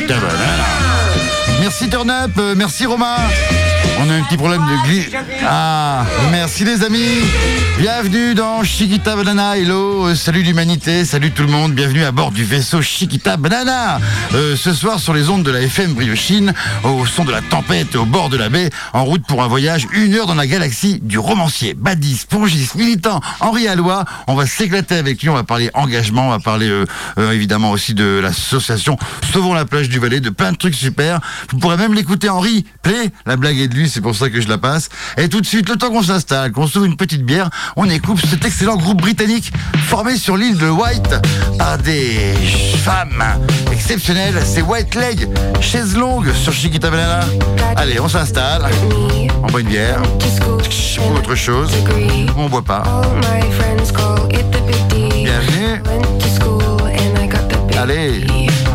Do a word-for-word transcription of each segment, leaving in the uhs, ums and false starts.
Chiquita Banana. Merci Turn Up, euh, merci Romain. On a un petit problème de glisse. Ah, merci les amis. Bienvenue dans Chiquita Banana. Hello, euh, salut l'humanité, salut tout le monde. Bienvenue à bord du vaisseau Chiquita Banana. Euh, ce soir sur les ondes de la F M Briochine, au son de la tempête, au bord de la baie, en route pour un voyage, une heure dans la galaxie du romancier, badis, pongiste, militant, Henri Alloy. On va s'éclater avec lui, on va parler engagement, on va parler euh, euh, évidemment aussi de l'association Sauvons la plage du Valais, de plein de trucs super. Vous pourrez même l'écouter en replay. La blague est de lui, c'est pour ça que je la passe. Et tout de suite, le temps qu'on s'installe, qu'on s'ouvre une petite bière, on écoute cet excellent groupe britannique formé sur l'île de White par des femmes exceptionnelles. C'est White Leg, chaise longue sur Chiquita Banana. Allez, on s'installe, on boit une bière, ou autre chose, on boit pas. Bienvenue. Allez.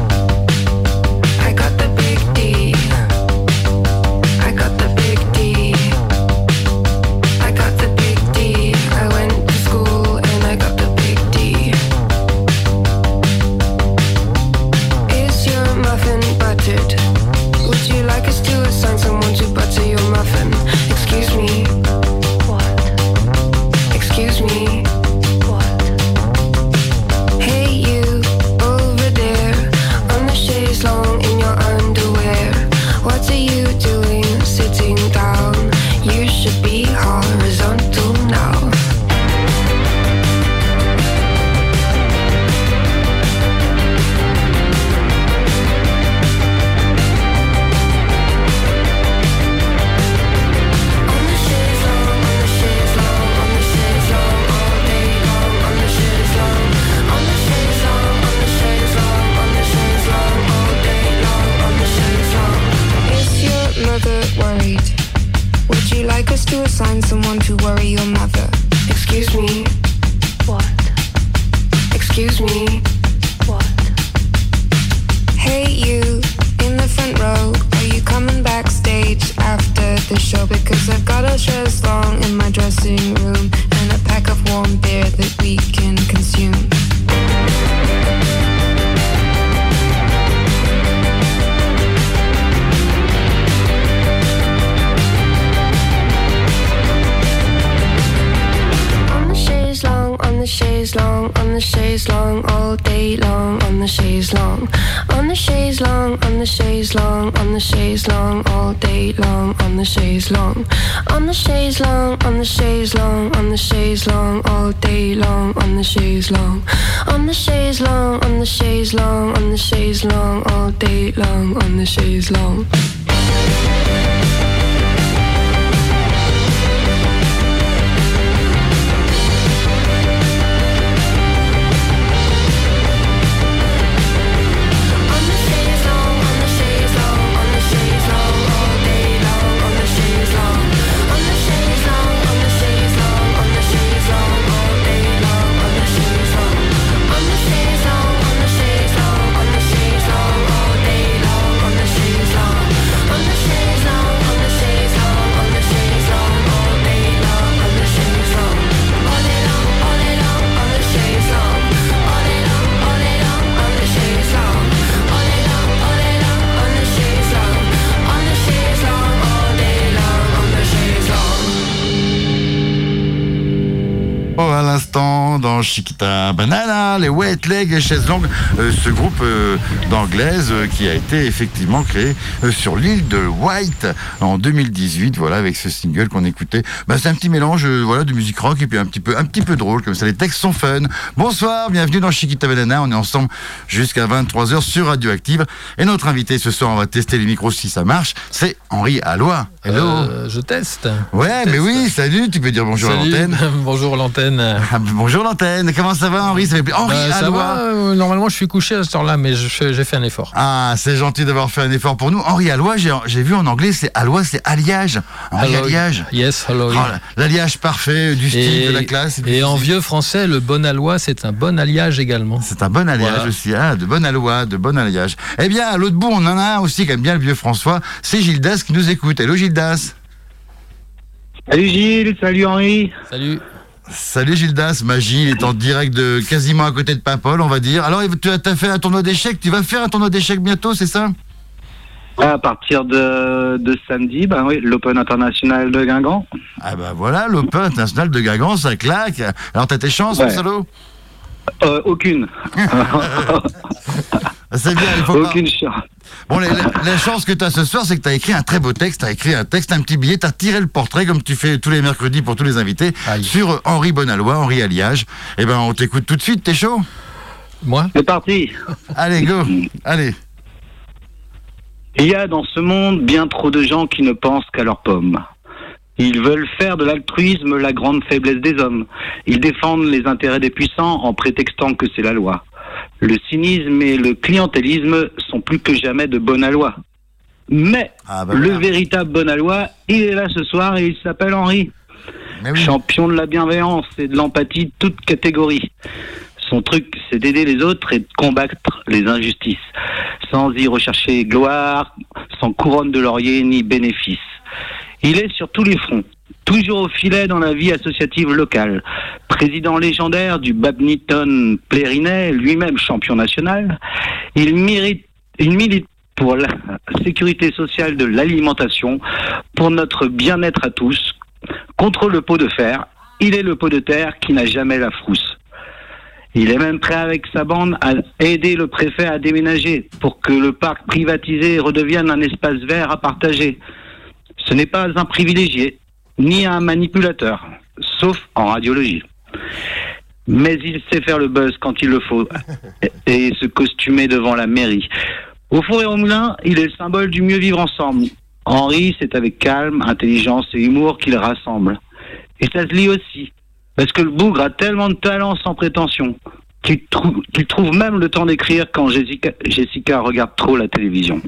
Chiquita Banana, les Wet Leg et chaises longues, euh, ce groupe euh, d'anglaise euh, qui a été effectivement créé euh, sur l'île de White en deux mille dix-huit, voilà, avec ce single qu'on écoutait. Bah, c'est un petit mélange euh, voilà, de musique rock et puis un petit peu un petit peu drôle, comme ça les textes sont fun. Bonsoir, bienvenue dans Chiquita Banana, on est ensemble jusqu'à vingt-trois heures sur Radioactive et notre invité ce soir, on va tester les micros si ça marche, c'est Henri Alloy. Hello. Euh, je teste. Ouais, je mais teste. Oui, salut, tu peux dire bonjour salut. à l'antenne. Bonjour l'antenne. Ah, bonjour l'antenne, comment ça va Henri? Ça fait plaisir. Henri euh, ça Alloy. va, euh, normalement je suis couché à cette heure-là, mais je, j'ai fait un effort. Ah, c'est gentil d'avoir fait un effort pour nous. Henri Alloy, j'ai, j'ai vu en anglais, c'est Alloy, c'est alliage. Henri Hello. Alliage. Yes, hello. Oh, l'alliage parfait, du style, et, de la classe. Et, et en vieux français, le bon alloy, c'est un bon alliage également. C'est un bon alliage voilà. aussi, ah, de bon alloy, de bon alliage. Eh bien, à l'autre bout, on en a un aussi qui aime bien le vieux François, c'est Gildas qui nous écoute. Hello Gildas. Salut Gilles, salut Henri. Salut. Salut Gildas, Magie, il est en direct de quasiment à côté de Paimpol, on va dire. Alors, tu as fait un tournoi d'échecs, tu vas faire un tournoi d'échecs bientôt, c'est ça? À partir de, de samedi, ben oui, l'Open international de Guingamp. Ah ben voilà, l'Open international de Guingamp, ça claque. Alors, t'as tes chances, Ouais. mon salaud? Euh, aucune. C'est bien, il faut Aucune pas... chance. Bon, les, les, les chances que tu as ce soir, c'est que tu as écrit un très beau texte, tu as écrit un texte, un petit billet, tu as tiré le portrait, comme tu fais tous les mercredis pour tous les invités, Aïe. sur Henri Bonalois, Henri Alliage. Eh ben, on t'écoute tout de suite, t'es chaud? Moi? C'est parti. Allez, go. Allez. Il y a dans ce monde bien trop de gens qui ne pensent qu'à leurs pommes. Ils veulent faire de l'altruisme la grande faiblesse des hommes. Ils défendent les intérêts des puissants en prétextant que c'est la loi. Le cynisme et le clientélisme sont plus que jamais de Bonalois. Mais Ah, bah, le voilà. véritable Bonalois, il est là ce soir et il s'appelle Henri. Mais oui. Champion de la bienveillance et de l'empathie, toute catégorie. Son truc, c'est d'aider les autres et de combattre les injustices, sans y rechercher gloire, sans couronne de laurier ni bénéfice. Il est sur tous les fronts, toujours au filet dans la vie associative locale. Président légendaire du badminton Plérinet, lui-même champion national, il, mérite, il milite pour la sécurité sociale de l'alimentation, pour notre bien-être à tous, contre le pot de fer. Il est le pot de terre qui n'a jamais la frousse. Il est même prêt avec sa bande à aider le préfet à déménager pour que le parc privatisé redevienne un espace vert à partager. Ce n'est pas un privilégié, ni un manipulateur, sauf en radiologie. Mais il sait faire le buzz quand il le faut et se costumer devant la mairie. Au four et au moulin, il est le symbole du mieux vivre ensemble. Henri, c'est avec calme, intelligence et humour qu'il rassemble. Et ça se lit aussi, parce que le bougre a tellement de talent sans prétention qu'il trou- qu'il trouve même le temps d'écrire quand Jessica, Jessica regarde trop la télévision.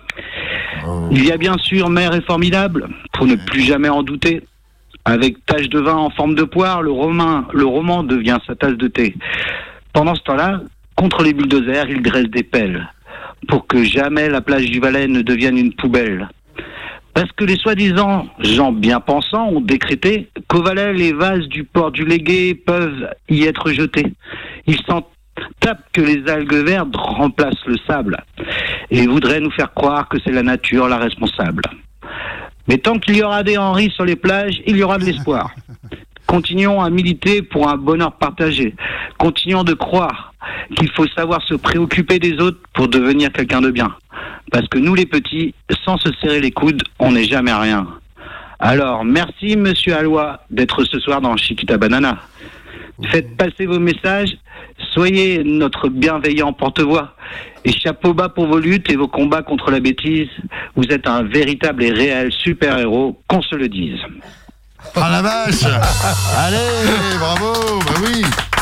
Oh. Il y a bien sûr Mère est formidable, pour ne plus jamais en douter. Avec tache de vin en forme de poire, le, roman, le roman devient sa tasse de thé. Pendant ce temps-là, contre les bulldozers, il dresse des pelles, pour que jamais la plage du Valais ne devienne une poubelle. Parce que les soi-disant gens bien pensants ont décrété qu'au Valais, les vases du port du Légué peuvent y être jetés. Ils s'en tapent que les algues vertes remplacent le sable et voudraient nous faire croire que c'est la nature la responsable. Mais tant qu'il y aura des Henri sur les plages, il y aura de l'espoir. Continuons à militer pour un bonheur partagé. Continuons de croire qu'il faut savoir se préoccuper des autres pour devenir quelqu'un de bien. Parce que nous les petits, sans se serrer les coudes, on n'est jamais rien. Alors, merci Monsieur Allois d'être ce soir dans Chiquita Banana. Faites passer vos messages, soyez notre bienveillant porte-voix. Et chapeau bas pour vos luttes et vos combats contre la bêtise. Vous êtes un véritable et réel super-héros, qu'on se le dise. Ah la vache. Allez, bravo. Bah oui.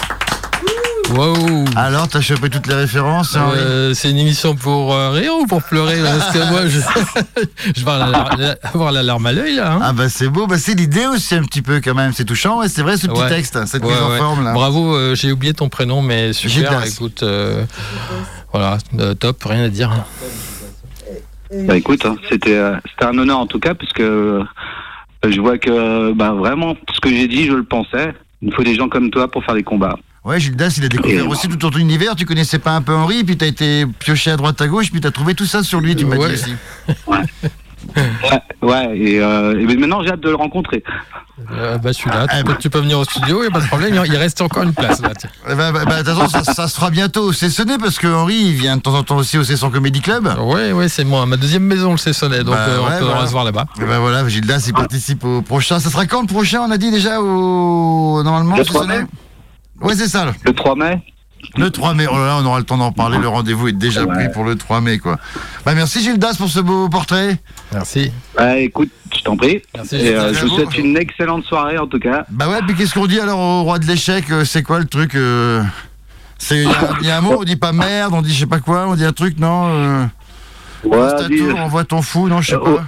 Wow. Alors, t'as chopé toutes les références, Henri? Euh, c'est une émission pour euh, rire ou pour pleurer là, parce que moi, je, je vais avoir la, avoir la larme à l'œil là. Hein. Ah bah c'est beau, bah c'est l'idée aussi un petit peu quand même, c'est touchant, ouais, c'est vrai ce petit Ouais. texte, cette Ouais, mise en ouais. forme là. Bravo, euh, j'ai oublié ton prénom, mais super. Gildas. Écoute, euh, voilà, euh, top, rien à dire. Bah écoute, hein, c'était euh, c'était un honneur en tout cas, parce que euh, je vois que bah vraiment, ce que j'ai dit, je le pensais. Il faut des gens comme toi pour faire des combats. Ouais, Gildas, il a découvert Et aussi tout ton univers, tu connaissais pas un peu Henri, puis t'as été pioché à droite à gauche, puis t'as trouvé tout ça sur lui, tu m'as Ouais. dit aussi. Ouais, ouais et, euh, et maintenant j'ai hâte de le rencontrer. Euh, bah celui-là, Ah, tu, bah. peux- tu peux venir au studio, il n'y a pas de problème, il reste encore une place là. tiens. Eh bah, bah, bah, de toute façon, ça, ça se fera bientôt au Cessonnet, parce que Henri, il vient de temps en temps aussi au Cesson Comedy Club. Ouais, ouais, c'est moi, ma deuxième maison le Cessonnet, donc Bah, euh, on ouais, peut voilà. se voir là-bas. Et ben voilà, Gildas, il participe au prochain. Ça sera quand le prochain, on a dit déjà, au... normalement, Le au trois Cessonnet mai. Ouais, c'est ça. Le trois mai. Le trois mai, oh là là, on aura le temps d'en parler, le rendez-vous est déjà Ouais. pris pour le trois mai, quoi. Bah merci Gildas pour ce beau portrait. Merci. Bah écoute, je t'en prie. Merci, Et euh, Gildas. je vous souhaite une excellente soirée en tout cas. Bah ouais, puis qu'est-ce qu'on dit alors au roi de l'échec, euh, c'est quoi le truc euh, c'est, il y, a- y a un mot, on dit pas merde, on dit je sais pas quoi, on dit un truc, non euh, Ouais, Lance ta dis- tour, envoie ton fou, non, je sais Oh. pas.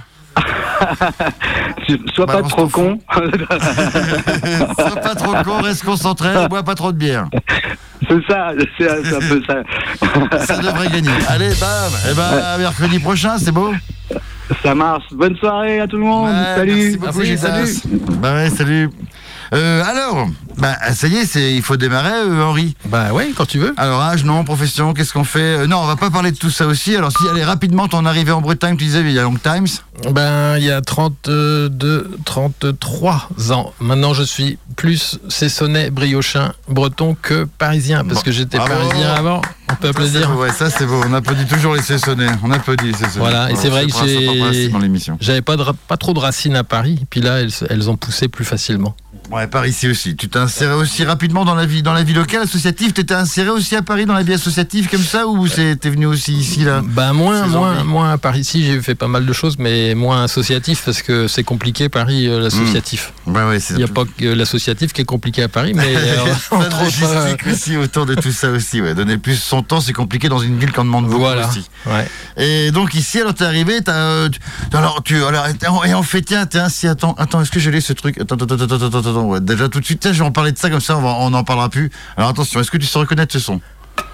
Sois pas Balance trop ton con. Sois pas trop con, reste concentré, bois pas trop de bière. C'est ça, c'est c'est un peu ça. Ça devrait gagner. Allez, bam. Et ben mercredi prochain, c'est beau. Ça marche. Bonne soirée à tout le monde. Ouais, Salut. Merci beaucoup, Merci, Gildas. salut. Bah ouais, salut. Euh, alors, bah, ça y est, c'est, il faut démarrer, euh, Henri. Bah ouais, quand tu veux. Alors, âge, nom, profession, qu'est-ce qu'on fait euh, Non, on va pas parler de tout ça aussi. Alors, si, allez, rapidement, ton arrivée en Bretagne, tu disais, il y a Long Times. Ben, il y a trente-deux, trente-trois ans. Maintenant, je suis plus Cessonnais, Briochin, Breton que Parisien, parce Bon. que j'étais Bravo. Parisien avant. On peut Ça, applaudir. c'est beau, ouais, ça c'est beau. On applaudit toujours les Cessonnais. On applaudit les Cessonnais. Voilà, et Bon, c'est vrai que pas- c'est pas j'ai- principe dans l'émission. J'avais pas, de ra- pas trop de racines à Paris, puis là, elles, elles ont poussé plus facilement. Ouais, par ici aussi. Tu t'es inséré aussi rapidement dans la vie, dans la vie locale associative. T'étais inséré aussi à Paris dans la vie associative comme ça, ou c'est, t'es venu aussi ici là Bah moins, Ces moins, envies. moins à Paris. Si, j'ai fait pas mal de choses, mais moins associatif, parce que c'est compliqué, Paris, euh, l'associatif. Ouais, ouais, c'est. Il n'y a pas que l'associatif qui est compliqué à Paris, mais euh, Plein de entre autres, euh, logistique aussi autour de tout ça aussi. Ouais. Donner plus son temps, c'est compliqué dans une ville qui en demande beaucoup voilà. aussi. Ouais. Et donc ici, alors t'es arrivé, t'as, euh, tu- alors tu, alors et en fait, tiens, tiens, si attends, attends, est-ce que j'ai lu ce truc Attends, attends, attends, attends, attends, attends, ouais, déjà tout de suite, tiens, je vais en parler de ça comme ça, on va, on n'en parlera plus. Alors attention, est-ce que tu sais reconnaître ce son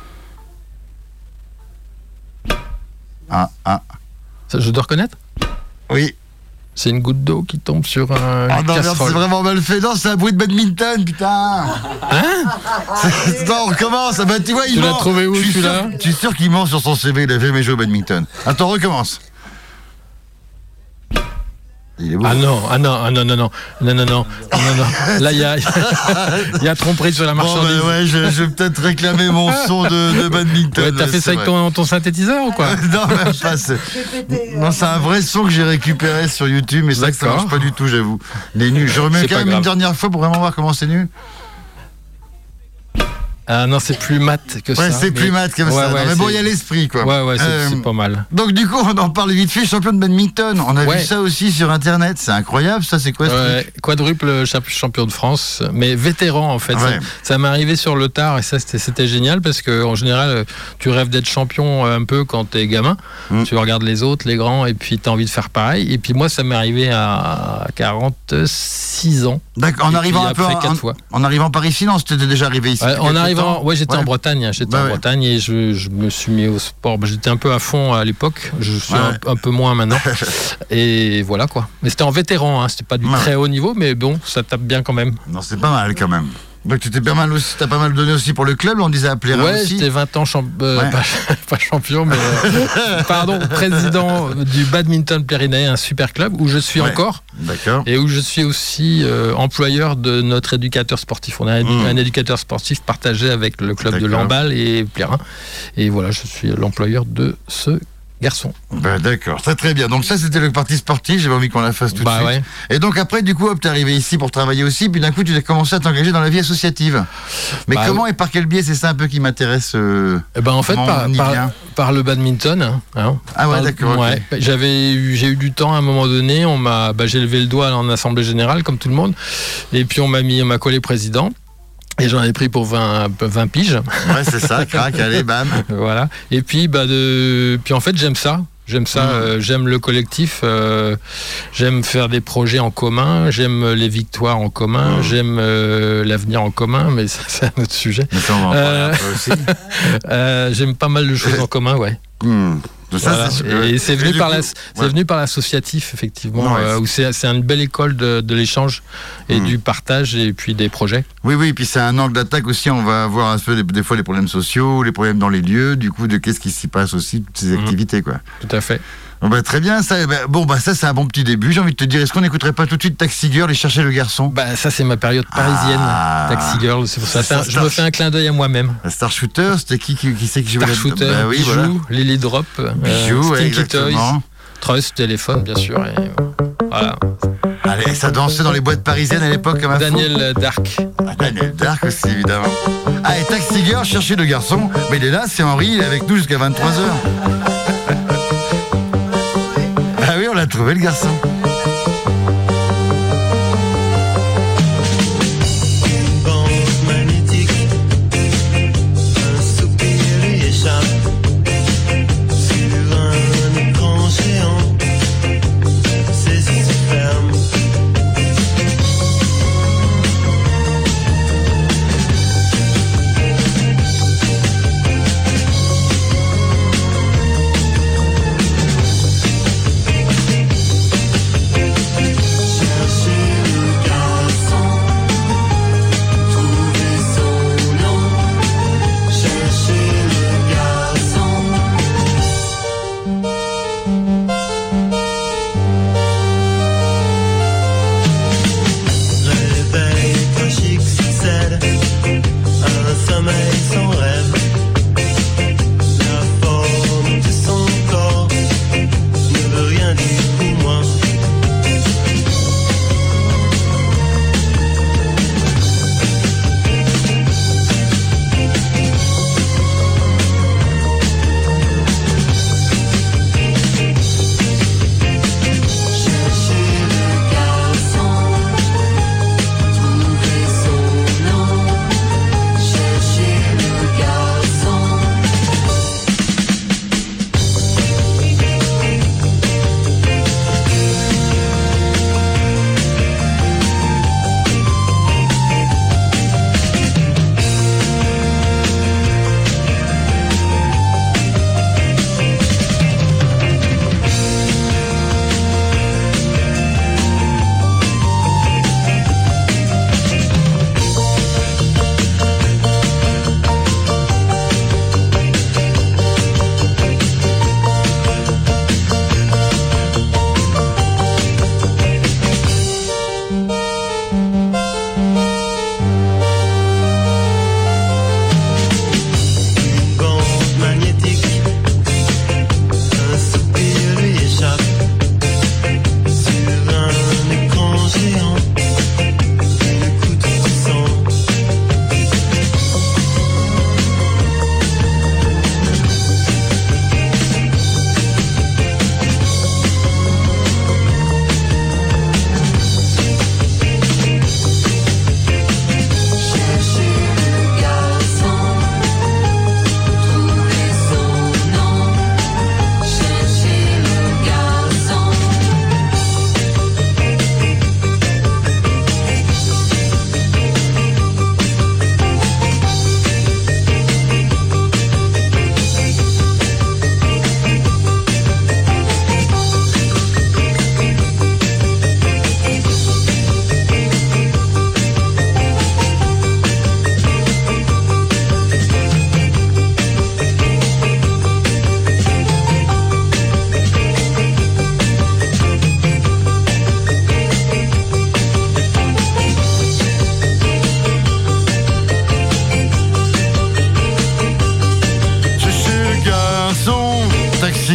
Ah, ah, Ça, je dois reconnaître. oui. C'est une goutte d'eau qui tombe sur un Ah non, merde, casserole. c'est vraiment mal fait. Non, c'est un bruit de badminton, putain. Hein C'est- non, on recommence. Ah bah, tu vois, il Tu l'as ment. trouvé où, Je suis celui-là sûr- Je suis sûr qu'il ment sur son C V. Il a jamais joué au badminton. Attends, recommence. Il est beau. Ah non, ah non, ah non, non, non, non, non, non, non, non. Là, il y a, il y a tromperie sur la Bon, marchandise. bah, ouais, je, je vais peut-être réclamer mon son de, de badminton. Ouais, t'as fait c'est ça avec vrai. ton, ton synthétiseur ou quoi? Non, même pas. C'est... Non, c'est un vrai son que j'ai récupéré sur YouTube, mais c'est vrai que ça D'accord. marche pas du tout, j'avoue. Il est nul. Je remets C'est quand pas même une grave. dernière fois pour vraiment voir comment c'est nul. Ah non, c'est plus mat que ça. Ouais, c'est mais- plus mat comme Ouais, ça. Non, ouais, mais bon, c'est- il y a l'esprit, quoi. Ouais, ouais, c'est Euh, c'est pas mal. Donc du coup, on en parle vite fait, champion de badminton. On a Ouais. vu ça aussi sur Internet, c'est incroyable. Ça, c'est quoi ce Ouais, truc quadruple champ- champion de France, mais vétéran en fait. Ouais. Ça, ça m'est arrivé sur le tard et ça c'était, c'était génial parce que en général euh, tu rêves d'être champion euh, un peu quand t'es gamin. Mm. Tu regardes les autres, les grands et puis t'as envie de faire pareil. Et puis moi ça m'est arrivé à quarante-six ans. D'accord. En Et arrivant puis un peu après en, quatre fois. en arrivant par ici, non, c'était déjà arrivé ici. Ouais, depuis en quelque arrivant, temps ouais, j'étais Ouais. en Bretagne, hein, j'étais Bah en ouais. Bretagne et je, je me suis mis au sport. Bah, j'étais un peu à fond à l'époque, je suis Ouais. un, un peu moins maintenant. Et voilà quoi. Mais c'était en vétéran, hein, c'était pas du Ouais. très haut niveau, mais bon, ça tape bien quand même. Non, c'est pas mal quand même. Donc tu t'es pas mal aussi, t'as pas mal donné aussi pour le club, on disait appeler Ouais, aussi. j'étais vingt ans, champ- euh, Ouais. pas, pas champion, mais euh, pardon, président du badminton Pyrénées, un super club où je suis Ouais. encore D'accord. et où je suis aussi euh, employeur de notre éducateur sportif. On a un, Mmh. un éducateur sportif partagé avec le club de D'accord. Lamballe et Plérin. Et voilà, je suis l'employeur de ce garçon. Bah, d'accord, très très bien. Donc ça c'était le parti sportif, j'avais envie qu'on la fasse tout Bah de suite. ouais. Et donc après du coup hop, t'es arrivé ici pour travailler aussi, puis d'un coup tu as commencé à t'engager dans la vie associative. Mais Bah, comment et par quel biais, c'est ça un peu qui m'intéresse euh, Eh ben en fait, comment par, on y par, vient par le badminton. hein, hein. Ah ouais, Par- d'accord, ok. ouais. J'avais eu, j'ai eu du temps à un moment donné. On m'a, bah, j'ai levé le doigt en assemblée générale comme tout le monde, et puis on m'a mis, on m'a collé président. Et j'en ai pris pour vingt, vingt piges. Ouais, c'est ça, crac, allez, bam. Voilà. Et puis, bah, de... puis en fait, j'aime ça. J'aime ça, Mmh. euh, j'aime le collectif, euh, j'aime faire des projets en commun, j'aime les victoires en commun, Mmh. j'aime euh, l'avenir en commun, mais ça, c'est un autre sujet. Mais ça, on va en parler Euh, un peu aussi. Euh, j'aime pas mal de choses en commun, ouais. Hmm. Ça, Voilà. c'est super. Et c'est venu, du par coup, la, c'est ouais. venu par l'associatif, effectivement, Ouais, euh, c'est- où c'est, c'est une belle école de, de l'échange et Mmh. du partage et puis des projets. Oui, oui, puis c'est un angle d'attaque aussi. On va voir un peu des, des fois les problèmes sociaux, les problèmes dans les lieux, du coup, de qu'est-ce qui s'y passe aussi, toutes ces Mhm. activités, quoi. Tout à fait. Bon, bah, très bien, ça, bah, bon, bah, ça, c'est un bon petit début. J'ai envie de te dire, est-ce qu'on n'écouterait pas tout de suite Taxi Girl et chercher le garçon Bah, ça, c'est ma période parisienne, Ah. Taxi Girl, c'est pour ça. Ça, C'est un- ça, je me ça. fais un clin d'œil à moi-même. La Star Shooter, c'était qui qui, qui c'est qui jouait Star là-dedans Shooter, Bah oui, Bijou, voilà. Lily Drop, euh, Bijou, ouais, Stinky Toys, exactement. Trust, téléphone, bien sûr. Et voilà. Allez, ça dansait dans les boîtes parisiennes à l'époque comme un fou. Daniel Dark. Ah, Daniel Dark aussi, évidemment. Ah, et Taxi Girl, chercher le garçon. Mais il est là, c'est Henri, il est avec nous jusqu'à vingt-trois heures. Ah oui, on l'a trouvé, le garçon. Bande magnétique, un soupir lui échappe sur un écran géant. Ses yeux se ferment.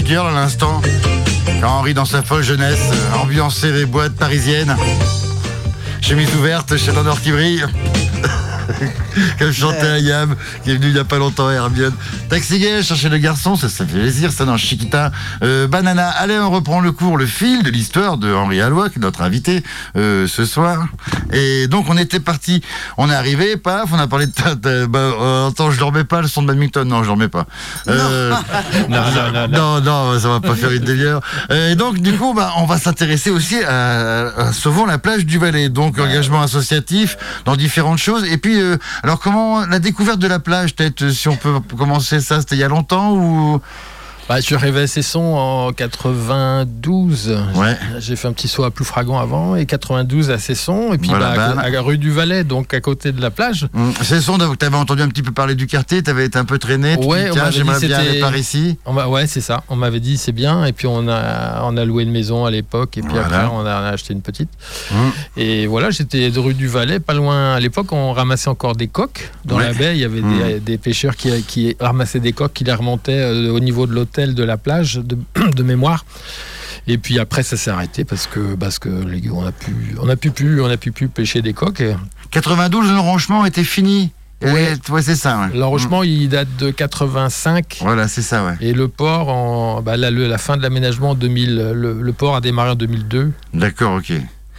Girl à l'instant. Quand Henri, dans sa folle jeunesse, euh, ambiançait les boîtes parisiennes. Chemise ouverte, chaîne d'or qui brille. Comme chantait un Yam qui est venu il n'y a pas longtemps, Hermione. Taxi Gay, chercher le garçon, ça, ça fait plaisir, ça dans Chiquita. Euh, Banana, allez, on reprend le cours, le fil de l'histoire de Henri Alloy, qui est notre invité euh, ce soir. Et donc, on était parti, on est arrivé, paf, on a parlé de. ta- ta- bah, euh, attends, je ne remets pas le son de badminton, non, je ne remets pas. Euh, Non, non, non, non. non, non, ça va pas faire une demi-heure. Et donc, du coup, bah, on va s'intéresser aussi à, à Sauvons la plage du Valais. Donc, engagement associatif dans différentes choses. Et puis, euh, alors, comment la découverte de la plage, peut-être, si on peut commencer ça, c'était il y a longtemps ou. Bah, je suis arrivé à Cesson en quatre-vingt-douze. Ouais. J'ai fait un petit saut à Ploufragan avant et quatre-vingt-douze à Cesson. Et puis Voilà, bah, bam. à, à rue du Valais, donc à côté de la plage. Hum, C'est son, tu avais entendu un petit peu parler du quartier, tu avais été un peu traîné. Tu Ouais, dis, on tiens, m'avait dit j'aimerais bien c'était- aller par ici. On m'a- ouais, c'est ça. On m'avait dit c'est bien. Et puis on a, on a loué une maison à l'époque. Et puis Voilà. après, on a, on a acheté une petite. Hum. Et voilà, j'étais de rue du Valais, pas loin. À l'époque, on ramassait encore des coques dans Ouais. la baie. Il y avait Mmh. des, des pêcheurs qui, qui ramassaient des coques, qui les remontaient euh, au niveau de l'hôtel de la plage, de, de mémoire. Et puis après, ça s'est arrêté parce que parce que les gars, on a pu, on a pu plus, on a pu plus pêcher des coques. Et quatre-vingt-douze, l'enrochement était fini. Ouais. Et, ouais, c'est ça. Ouais. l'enrochement, il date de quatre-vingt-cinq. Hum. Voilà, c'est ça, ouais. Et le port, en, bah, la, le- la fin de l'aménagement en deux mille, le, le port a démarré en deux mille deux. D'accord, ok.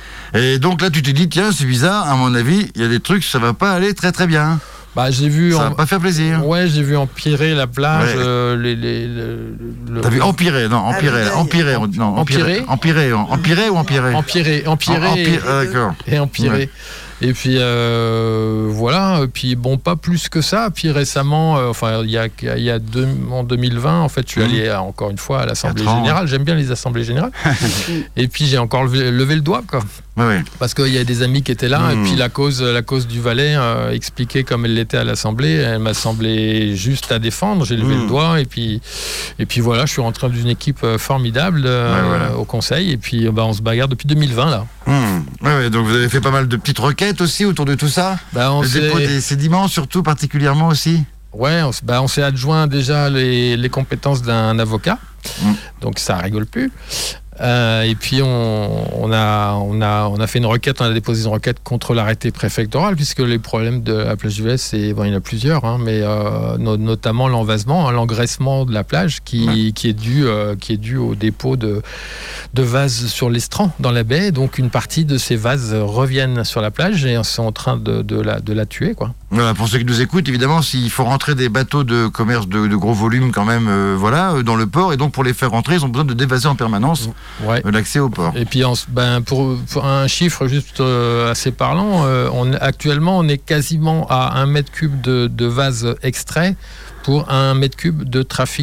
Et donc là, tu t'es dit, tiens, c'est bizarre, à mon avis, il y a des trucs, ça va pas aller très très bien. Bah, j'ai vu, Ça en- va pas faire plaisir. ouais, j'ai vu empirer la plage. Ouais. euh, les, les, le- le- T'as vu empirer, non, empirer, Ah, empirer, on- non, empirer, empirer, empirer ou empirer empirer, empirer, En- et- empire- ah, d'accord. et empirer. Ouais. Et puis euh, voilà, et puis bon, pas plus que ça. Puis récemment, euh, enfin il y a, il y a deux, en deux mille vingt, en fait, je suis Mmh. allé à- encore une fois à l'Assemblée Quatre ans. Générale. J'aime bien les Assemblées Générales. Et puis j'ai encore levé, levé le doigt, quoi. Ouais, ouais. Parce qu'il y a des amis qui étaient là, Mmh. et puis la cause, la cause du Valais, euh, expliquée comme elle l'était à l'Assemblée, elle m'a semblé juste à défendre. J'ai levé Mmh. le doigt, et puis, et puis voilà, je suis rentré dans une équipe euh, formidable euh, Ouais, voilà. au Conseil, et puis euh, bah, on se bagarre depuis deux mille vingt là. Hum. Ouais, ouais, donc vous avez fait pas mal de petites requêtes aussi autour de tout ça. Bah, on Le s'est- dépôt des sédiments surtout particulièrement aussi. Ouais, on, s- bah, on s'est adjoint déjà les, les compétences d'un avocat, Mm. donc ça rigole plus. Euh, et puis on, on, a, on, a, on a fait une requête, on a déposé une requête contre l'arrêté préfectoral, puisque les problèmes de la plage du Valais, c'est, bon, il y en a plusieurs, hein, mais euh, no- notamment l'envasement, hein, l'engraissement de la plage qui, Ouais. qui, est dû, euh, qui est dû au dépôt de, de vases sur l'estran dans la baie. Donc une partie de ces vases reviennent sur la plage et sont en train de, de, la, de la tuer, quoi. Voilà, pour ceux qui nous écoutent, évidemment, s'il faut rentrer des bateaux de commerce de, de gros volume quand même, euh, voilà, euh, dans le port, et donc pour les faire rentrer, ils ont besoin de dévaser en permanence Ouais. euh, l'accès au port. Et puis, en- ben, pour, pour un chiffre juste euh, assez parlant, euh, on, actuellement, on est quasiment à un mètre cube de, de vase extrait pour un mètre cube de trafic.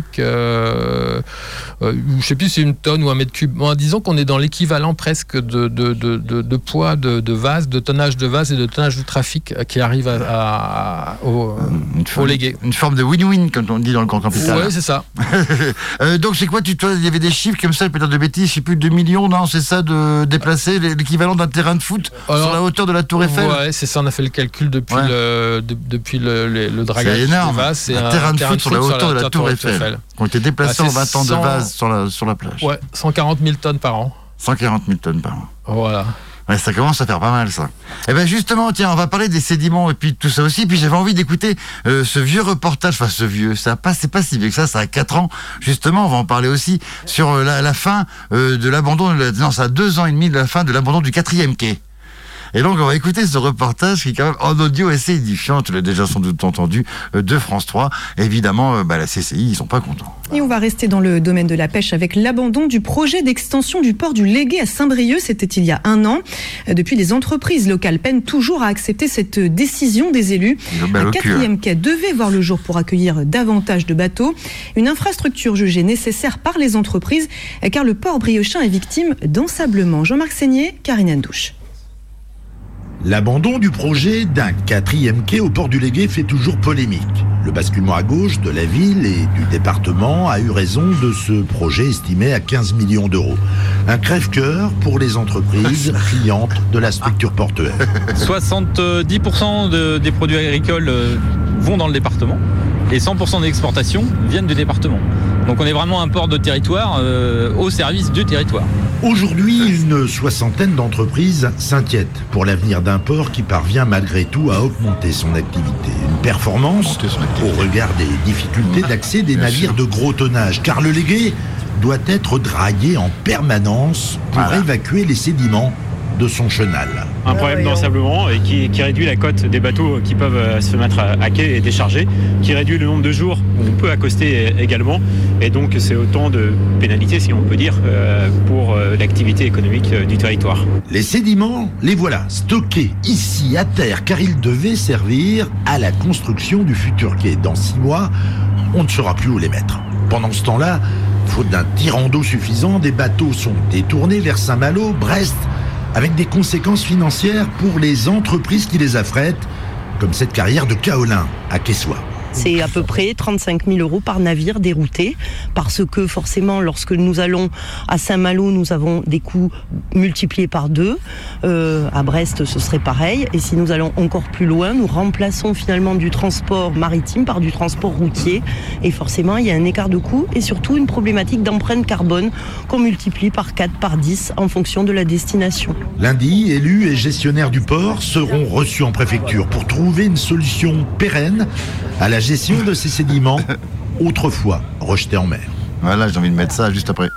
Euh, euh, je ne sais plus si c'est une tonne ou un mètre cube. Bon, disons qu'on est dans l'équivalent presque de, de, de, de, de poids de, de vase, de tonnage de vase et de tonnage de trafic euh, qui arrive à, à- à- au, Une au forme, légué. une forme de win-win, comme on dit dans le grand capital. Ouais, c'est ça. Euh, donc c'est quoi, tu, toi, il y avait des chiffres comme ça, peut-être de bêtises, je sais plus, deux millions, non, c'est ça, de déplacer l'équivalent d'un terrain de foot Alors, sur la hauteur de la Tour Eiffel. Ouais, c'est ça, on a fait le calcul depuis, Ouais. le, de- depuis le, le, le dragage C'est énorme. des vases. C'est Un terrain de foot sur la hauteur de la Tour Eiffel. Qui ont été déplacés Ah, en c'est vingt ans de cent vase sur la, sur la plage. Ouais, cent quarante mille tonnes par an. cent quarante mille tonnes par an. Voilà. Ouais, ça commence à faire pas mal, ça. Et ben justement, tiens, on va parler des sédiments et puis de tout ça aussi. Puis j'avais envie d'écouter euh, ce vieux reportage, enfin ce vieux, ça a pas, c'est pas si vieux que ça, ça a quatre ans. Justement, on va en parler aussi sur euh, la, la fin euh, de l'abandon, de la- non, ça a deux ans et demi de la fin de l'abandon du quatrième quai. Et donc, on va écouter ce reportage qui est quand même en audio assez édifiant, tu l'as déjà sans doute entendu, euh, de France trois. Évidemment, euh, bah, la C C I, ils sont pas contents. Et on va rester dans le domaine de la pêche avec l'abandon du projet d'extension du port du Légué à Saint-Brieuc. C'était il y a un an. Depuis, les entreprises locales peinent toujours à accepter cette décision des élus. Ils ont mal Un au cul, hein. quatrième quai devait voir le jour pour accueillir davantage de bateaux. Une infrastructure jugée nécessaire par les entreprises, car le port briochin est victime d'ensablement. Jean-Marc Seigné, Karine Andouche. L'abandon du projet d'un quatrième quai au port du Légué fait toujours polémique. Le basculement à gauche de la ville et du département a eu raison de ce projet estimé à quinze millions d'euros. Un crève-cœur pour les entreprises clientes de la structure portuaire. soixante-dix pour cent de- des produits agricoles euh, vont dans le département et cent pour cent des exportations viennent du département. Donc on est vraiment un port de territoire euh, au service du territoire. Aujourd'hui, une soixantaine d'entreprises s'inquiètent pour l'avenir d'un port qui parvient malgré tout à augmenter son activité. Une performance au regard des difficultés d'accès des navires de gros tonnage, car le Légué doit être dragué en permanence pour Voilà. évacuer les sédiments de son chenal. Un problème d'ensablement et qui, qui réduit la cote des bateaux qui peuvent euh, se mettre à, à quai et décharger, qui réduit le nombre de jours où on peut accoster également, et donc c'est autant de pénalités, si on peut dire, euh, pour euh, l'activité économique euh, du territoire. Les sédiments, les voilà, stockés ici à terre, car ils devaient servir à la construction du futur quai. Dans six mois, on ne saura plus où les mettre. Pendant ce temps-là, faute d'un tirant d'eau suffisant, des bateaux sont détournés vers Saint-Malo, Brest, avec des conséquences financières pour les entreprises qui les affrètent, comme cette carrière de Kaolin à Quessoy. C'est à peu près trente-cinq mille euros par navire dérouté, parce que forcément, lorsque nous allons à Saint-Malo, nous avons des coûts multipliés par deux. Euh, à Brest, ce serait pareil. Et si nous allons encore plus loin, nous remplaçons finalement du transport maritime par du transport routier. Et forcément, il y a un écart de coût et surtout une problématique d'empreinte carbone qu'on multiplie par quatre, par dix en fonction de la destination. Lundi, élus et gestionnaires du port seront reçus en préfecture pour trouver une solution pérenne à la gestion de ces sédiments autrefois rejetés en mer. Voilà, j'ai envie de mettre ça juste après.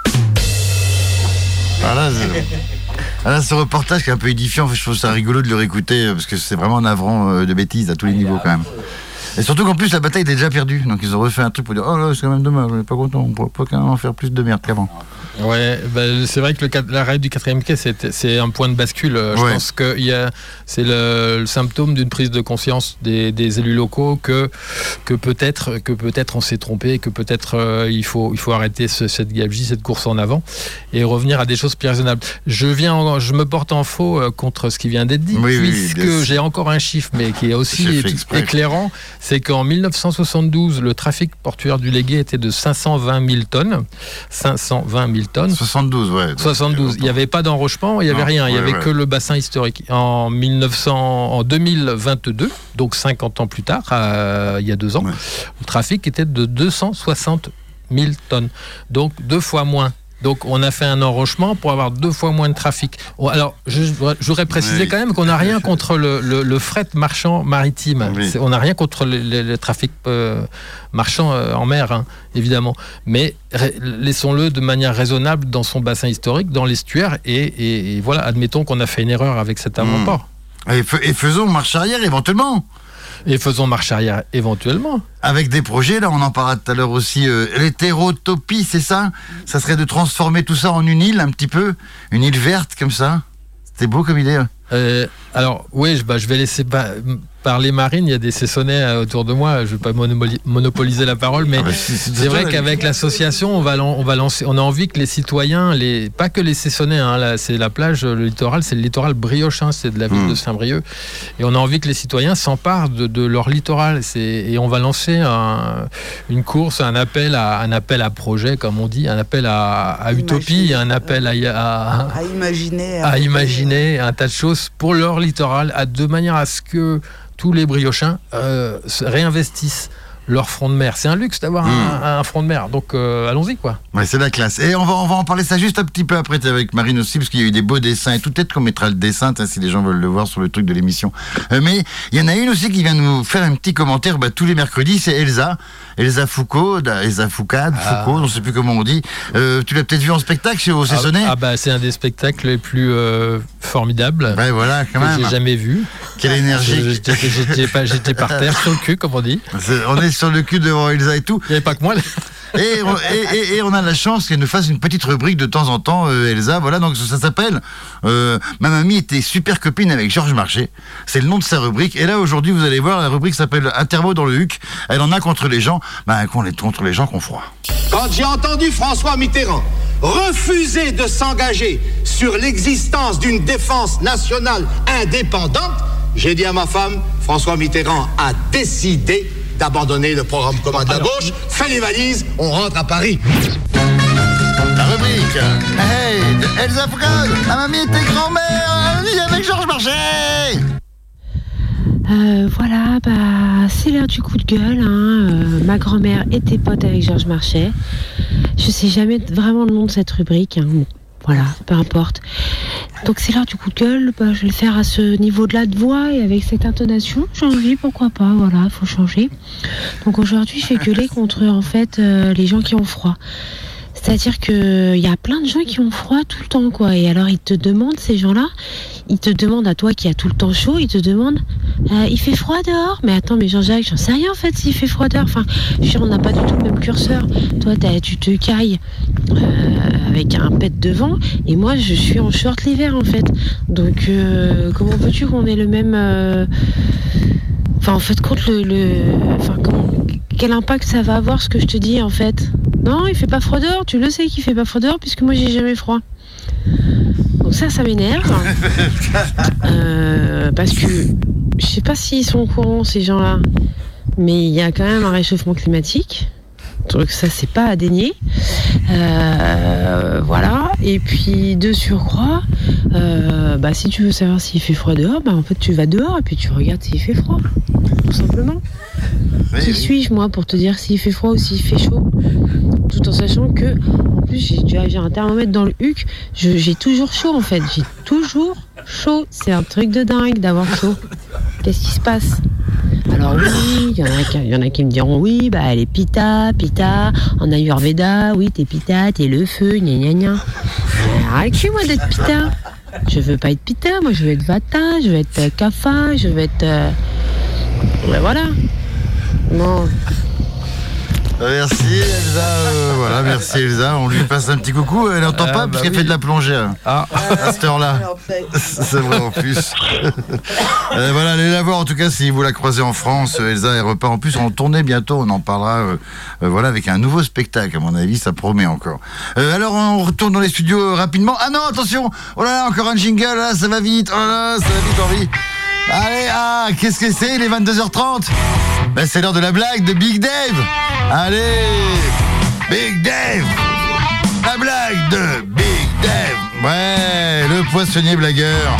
Voilà, c'est... Voilà, ce reportage qui est un peu édifiant, je trouve ça rigolo de le réécouter parce que c'est vraiment navrant euh, de bêtises à tous les niveaux quand même. Et surtout qu'en plus la bataille était déjà perdue, donc ils ont refait un truc pour dire oh là c'est quand même dommage, on n'est pas content, on pourrait pas quand même en faire plus de merde qu'avant. Ouais, bah, c'est vrai que le, l'arrêt du quatrième quai, c'est, c'est un point de bascule. Je ouais. pense que y a, c'est le, le symptôme d'une prise de conscience des, des élus locaux que, que, peut-être, que peut-être on s'est trompé, que peut-être euh, il, faut, il faut arrêter ce, cette gabegie, cette course en avant et revenir à des choses plus raisonnables. Je, viens en, je me porte en faux euh, contre ce qui vient d'être dit, oui, puisque oui, j'ai encore un chiffre, mais qui est aussi éclairant, c'est qu'en dix-neuf cent soixante-douze, le trafic portuaire du Légué était de cinq cent vingt mille tonnes. cinq cent vingt mille tonnes. soixante-douze, ouais. soixante-douze. Il n'y avait pas d'enrochement, il n'y avait non, rien. Il n'y ouais, avait ouais. que le bassin historique. En, mille neuf cents, en deux mille vingt-deux, donc cinquante ans plus tard, euh, il y a deux ans, ouais. le trafic était de deux cent soixante mille tonnes. Donc deux fois moins. Donc on a fait un enrochement pour avoir deux fois moins de trafic. Alors je, je voudrais préciser oui. quand même qu'on n'a rien contre le, le, le fret marchand maritime. Oui. On n'a rien contre le, le, le trafic euh, marchand euh, en mer, hein, évidemment. Mais ré, laissons-le de manière raisonnable dans son bassin historique, dans l'estuaire. Et, et, et voilà, admettons qu'on a fait une erreur avec cet avant-port. Mmh. Et, f- et faisons marche arrière éventuellement. Et faisons marche arrière éventuellement. Avec des projets, là on en parlait tout à l'heure aussi, euh, l'hétérotopie, c'est ça ? Ça serait de transformer tout ça en une île un petit peu, une île verte comme ça. C'était beau comme idée. Hein. Euh, alors oui, bah, je vais laisser ba- parler Marine, il y a des Sessonnais autour de moi, je ne vais pas monopoli- monopoliser la parole, mais ah bah c'est, c'est, c'est vrai toi, qu'avec l'association, on va, lan- on va lancer, on a envie que les citoyens, les, pas que les Sessonnais, hein, là, c'est la plage, le littoral, c'est le littoral briochin, c'est de la ville mmh. de Saint-Brieuc, et on a envie que les citoyens s'emparent de, de leur littoral, c'est, et on va lancer un, une course, un appel, à, un appel à projet, comme on dit, un appel à, à utopie, un appel à, à, à imaginer, à, à imaginer un tas de choses pour leur littoral, à, de manière à ce que tous les briochins euh, réinvestissent leur front de mer. C'est un luxe d'avoir mmh. un, un front de mer, donc euh, allons-y quoi. Ouais, c'est la classe. Et on va, on va en parler ça juste un petit peu après avec Marine aussi, parce qu'il y a eu des beaux dessins et tout. Peut-être qu'on mettra le dessin si les gens veulent le voir sur le truc de l'émission. Euh, mais il y en a une aussi qui vient nous faire un petit commentaire bah, tous les mercredis, c'est Elsa. Elsa Foucault, Elsa Foucade, ah. Foucault, on ne sait plus comment on dit. Euh, tu l'as peut-être vu en spectacle chez au Sessonnais ? Ah, ah bah c'est un des spectacles les plus euh, formidables ouais, voilà, quand que même. j'ai jamais vu. Quelle énergie. J'étais, j'étais, pas, j'étais par terre sur le cul, comme on dit. C'est, on est sur le cul devant Elsa et tout. Il n'y avait pas que moi. Et on, et, et, et on a la chance qu'elle nous fasse une petite rubrique de temps en temps, euh, Elsa. Voilà, donc ça s'appelle euh, Ma mamie était super copine avec Georges Marchais. C'est le nom de sa rubrique. Et là, aujourd'hui, vous allez voir, la rubrique s'appelle Intermo dans le huc. Elle en a contre les gens, ben, contre les gens qu'on froid. Quand j'ai entendu François Mitterrand refuser de s'engager sur l'existence d'une défense nationale indépendante, j'ai dit à ma femme, François Mitterrand a décidé d'abandonner le programme commun de la gauche, fais les valises, on rentre à Paris. La rubrique Hey, de Elsa Foucault. Ma mamie était grand-mère, mamie avec Georges Marchais. Euh, voilà, bah, c'est l'heure du coup de gueule. Hein. Euh, ma grand-mère était pote avec Georges Marchais. Je sais jamais vraiment le nom de cette rubrique. Hein. Bon, voilà, peu importe. Donc c'est l'heure du coup de gueule. Bah, je vais le faire à ce niveau-là de voix et avec cette intonation. J'ai envie, pourquoi pas. Voilà, faut changer. Donc aujourd'hui, je vais gueuler contre en fait euh, les gens qui ont froid. C'est-à-dire qu'il y a plein de gens qui ont froid tout le temps, quoi. Et alors, ils te demandent, ces gens-là, ils te demandent à toi qui as tout le temps chaud, ils te demandent euh, il fait froid dehors? Mais attends, mais Jean-Jacques, j'en sais rien en fait s'il fait froid dehors. Enfin, je veux dire, on n'a pas du tout le même curseur. Toi, tu te cailles euh, avec un pet devant, et moi, je suis en short l'hiver en fait. Donc, euh, comment veux-tu qu'on ait le même. Euh... Enfin, en fait, compte le. le... Enfin, comment. Quel impact ça va avoir ce que je te dis en fait? Non, il fait pas froid dehors, tu le sais qu'il fait pas froid dehors puisque moi j'ai jamais froid. Donc ça, ça m'énerve. euh, parce que je sais pas s'ils sont au courant ces gens-là, mais il y a quand même un réchauffement climatique. Donc ça, c'est pas à dénier. Euh, voilà. Et puis de surcroît, euh, bah, si tu veux savoir s'il fait froid dehors, bah, en fait tu vas dehors et puis tu regardes s'il fait froid. Tout simplement. Oui, Qui oui. suis-je moi pour te dire s'il fait froid ou s'il fait chaud? Tout en sachant que, en plus, j'ai, j'ai un thermomètre dans le huc, je, j'ai toujours chaud en fait. J'ai toujours chaud. C'est un truc de dingue d'avoir chaud. Qu'est-ce qui se passe? Alors oui, il y en a qui, y en a qui me diront oui, bah elle est Pitta, Pitta, en Ayurveda, oui t'es Pitta, t'es le feu, gna gna gna. Arrête moi d'être Pitta. Je veux pas être Pitta, moi je veux être Vata, je veux être euh, Kapha, je veux être. Euh... Ben voilà. Bon. Merci Elsa, euh, voilà, merci Elsa. On lui passe un petit coucou. Elle n'entend euh, pas bah puisqu'elle oui. fait de la plongée. Ah, à cette heure-là. C'est vrai en plus. euh, voilà, allez la voir en tout cas si vous la croisez en France. Elsa, elle repart en plus en tournée bientôt. On en parlera. Euh, euh, voilà, avec un nouveau spectacle. À mon avis, ça promet encore. Euh, alors on retourne dans les studios rapidement. Ah non, attention. Oh là là, encore un jingle. Là, ça va vite. Oh là là, ça va vite, Henri. Allez, ah, qu'est-ce que c'est, les vingt-deux heures trente? Ben, c'est l'heure de la blague de Big Dave. Allez, Big Dave, la blague de Big Dave. Ouais, le poissonnier blagueur.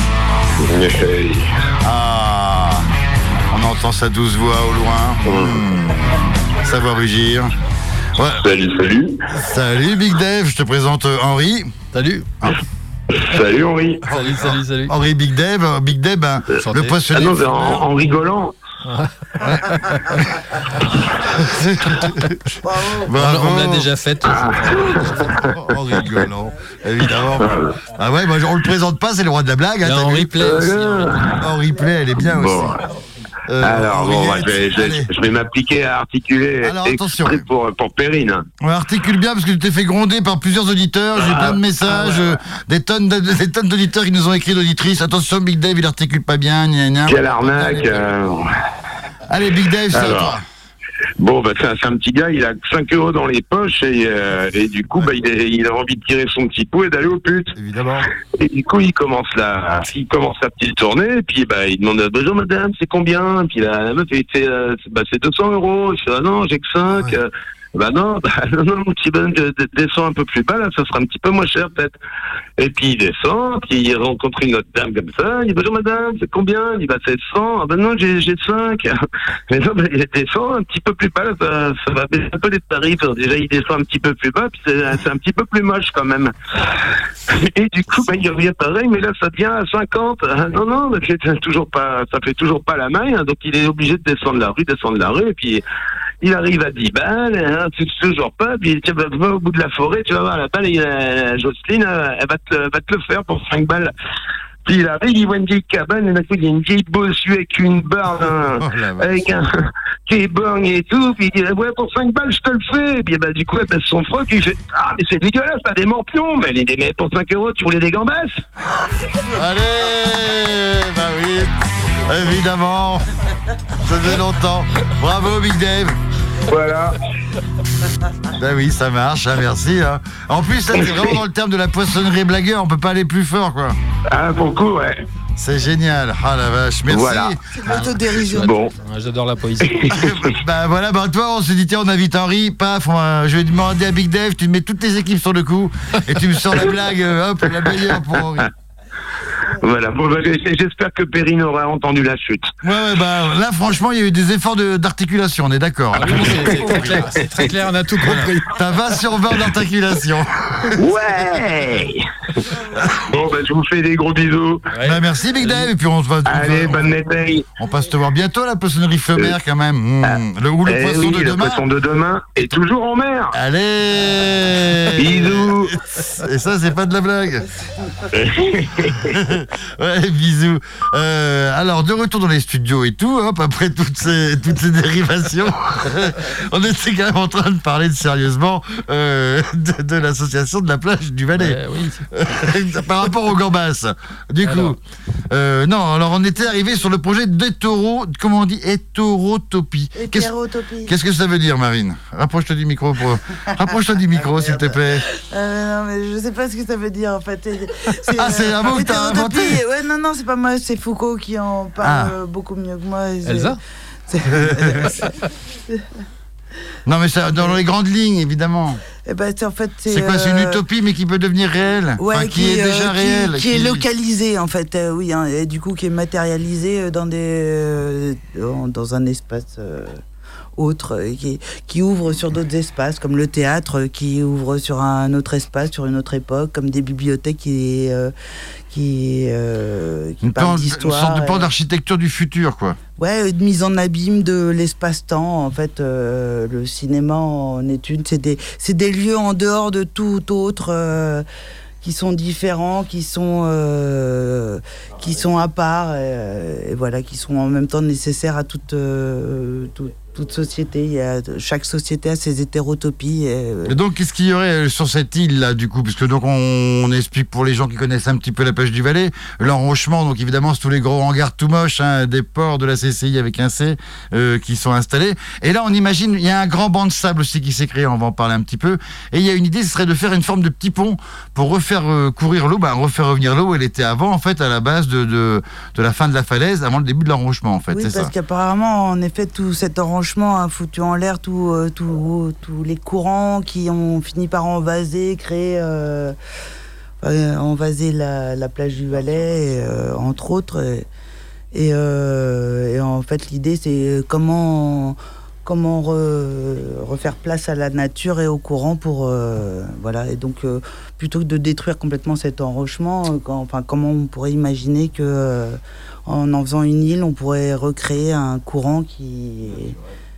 Ah, on entend sa douce voix au loin. Mmh. Ça va rugir. Ouais. Salut, salut. Salut Big Dave, je te présente Henri. Salut. Ah. Salut Henri. Salut, salut, salut. Henri Big Dave, Big Dave, ben, le poissonnier. Ah non, en, en rigolant. Bravo. On l'a déjà fait. En rigolant, évidemment. Ah ouais, bah, on le présente pas, c'est le roi de la blague. Hein, en replay aussi. En replay, elle est bien bon. aussi. Euh, Alors bon, bah, je, vais, je, je vais m'appliquer à articuler. Alors attention pour, pour Perrine. On articule bien parce que tu t'es fait gronder par plusieurs auditeurs. J'ai ah, plein de messages, ah, ouais, ouais. des tonnes de, des tonnes d'auditeurs qui nous ont écrit d'auditrices. Attention, Big Dave, il articule pas bien. Gna, gna. Quelle arnaque. Euh... Allez, Big Dave, c'est à toi. Bon, bah, c'est un, c'est un petit gars, il a cinq euros dans les poches et, euh, et du coup, bah, il, est, il a envie de tirer son petit pot et d'aller aux putes. Évidemment. Et du coup, il commence la, il commence sa petite tournée et puis, bah, il demande, bonjour madame, c'est combien? Et puis la, la meuf, elle fait, euh, bah, c'est deux cents euros. Je fais, ah non, j'ai que cinq. Ouais. Euh, bah non, bah non, non, mon petit bonhomme, de, de, descend un peu plus bas, là, ça sera un petit peu moins cher, peut-être. Et puis il descend, puis il rencontre une autre dame comme ça, il dit, bonjour madame, c'est combien? Il dit, bah c'est cent, ah bah non, j'ai, j'ai cinq. Mais non, bah, il descend un petit peu plus bas, là, ça, ça va baisser un peu les tarifs. Alors, déjà, il descend un petit peu plus bas, puis c'est, c'est un petit peu plus moche quand même. Et du coup, bah, il revient pareil, mais là, ça devient à cinquante. Ah, non, non, bah, c'est toujours pas, ça fait toujours pas la main, hein, donc il est obligé de descendre la rue, descendre la rue, et puis il arrive à dix balles, hein, tu ne toujours pas, puis tu vas, va au bout de la forêt, tu vas voir la balle, et la Jocelyne, elle va te, va te le faire pour cinq balles. Puis il arrive, il voit une vieille cabane, et d'un coup, il y a une vieille bossue avec une barre, hein, oh, avec un qui est borgne et tout, puis il dit, ouais, pour cinq balles, je te le fais. Et puis bah, du coup, elle passe son froc, il fait, ah, mais c'est dégueulasse, t'as des morpions, mais les, mais pour cinq euros, tu voulais des gambasses? Allez, bah oui, évidemment, ça faisait longtemps. Bravo, Big Dave. Voilà. Ben oui, ça marche, hein, merci. Hein. En plus, là, c'est vraiment dans le terme de la poissonnerie blagueur, on peut pas aller plus fort, quoi. Ah, beaucoup, ouais. C'est génial. Ah la vache, merci. Voilà. C'est l'autodérision. Bon. J'adore la poésie. Bah voilà, bah toi, on s'est dit, tiens, on invite Henri, paf, on va, je vais demander à Big Dave, tu mets toutes tes équipes sur le coup, et tu me sors la blague, hop, la meilleure pour Henri. Voilà, bon, bah, j'espère que Perrine aura entendu la chute. Ouais, ouais, bah là, franchement, il y a eu des efforts de, d'articulation, on est d'accord. Ah, oui, c'est, c'est très clair, c'est très clair, on a tout compris. T'as vingt sur vingt d'articulation. Ouais. Bon, bah, je vous fais des gros bisous. Ouais. Bah, merci, Big Dave, et puis on se va. Allez, on, bonne été. On passe te voir bientôt, la poissonnerie Fleumer, quand même. Mmh. Le, ou le eh poisson oui, de le demain. poisson de demain est toujours en mer. Allez. Bisous. Et ça, c'est pas de la blague. Ouais, bisous. Euh, alors, de retour dans les studios et tout, hop, après toutes ces, toutes ces dérivations, on était quand même en train de parler de, sérieusement euh, de, de l'association de la plage du Valais. Euh, oui. Par rapport au Gambas. Du coup, alors. Euh, non, alors on était arrivé sur le projet d'hétéro, comment on dit, hétérotopie. Hétérotopie. Qu'est-ce que ça veut dire, Marine? Rapproche-toi du micro, pour... rapproche-toi du micro, s'il te plaît. Euh, non, mais je sais pas ce que ça veut dire en fait. C'est, ah, c'est un mot que t'as inventé? Ouais, non, non, c'est pas moi, c'est Foucault qui en parle ah. beaucoup mieux que moi. Elsa c'est... Non, mais ça, dans les grandes lignes, évidemment. Eh ben, c'est, en fait, c'est, c'est quoi, c'est une utopie, mais qui peut devenir réelle, ouais, enfin, qui, qui est euh, déjà qui, réelle. Qui, qui est localisée, en fait, euh, oui, hein, et du coup, qui est matérialisée dans, des, euh, dans un espace euh, autre, euh, qui, qui ouvre sur d'autres espaces, comme le théâtre, qui ouvre sur un autre espace, sur une autre époque, comme des bibliothèques qui, euh, qui, euh, qui parlent d'histoire. Une sorte de plan euh, d'architecture du futur, quoi. Ouais, de mise en abîme de l'espace-temps. En fait, euh, le cinéma en est une. C'est des, c'est des lieux en dehors de tout autre, euh, qui sont différents, qui sont, euh, qui sont à part, et, et voilà, qui sont en même temps nécessaires à toute, euh, toute, toute société. Il y a, chaque société a ses hétérotopies. Et, et donc, qu'est-ce qu'il y aurait sur cette île-là, du coup? Parce que donc, on, on explique pour les gens qui connaissent un petit peu la pêche du Valais, l'enrochement, donc évidemment, c'est tous les gros hangars tout moches, hein, des ports de la C C I avec un C, euh, qui sont installés. Et là, on imagine, il y a un grand banc de sable aussi qui s'est créé, on va en parler un petit peu. Et il y a une idée, ce serait de faire une forme de petit pont pour refaire euh, courir l'eau, bah, refaire revenir l'eau où elle était avant, en fait, à la base de, de, de la fin de la falaise, avant le début de l'enrochement, en fait. Oui, c'est parce ça. Qu'apparemment, en effet, tout cet enrochement a foutu en l'air tous euh, tout, tout les courants qui ont fini par envaser, créer, euh, euh, envaser la, la plage du Valais, et, euh, entre autres. Et, et, euh, et en fait, l'idée, c'est comment, comment re, refaire place à la nature et au courant pour... Euh, voilà. Et donc, euh, plutôt que de détruire complètement cet enrochement, euh, quand, enfin, comment on pourrait imaginer que... Euh, en en faisant une île, on pourrait recréer un courant qui est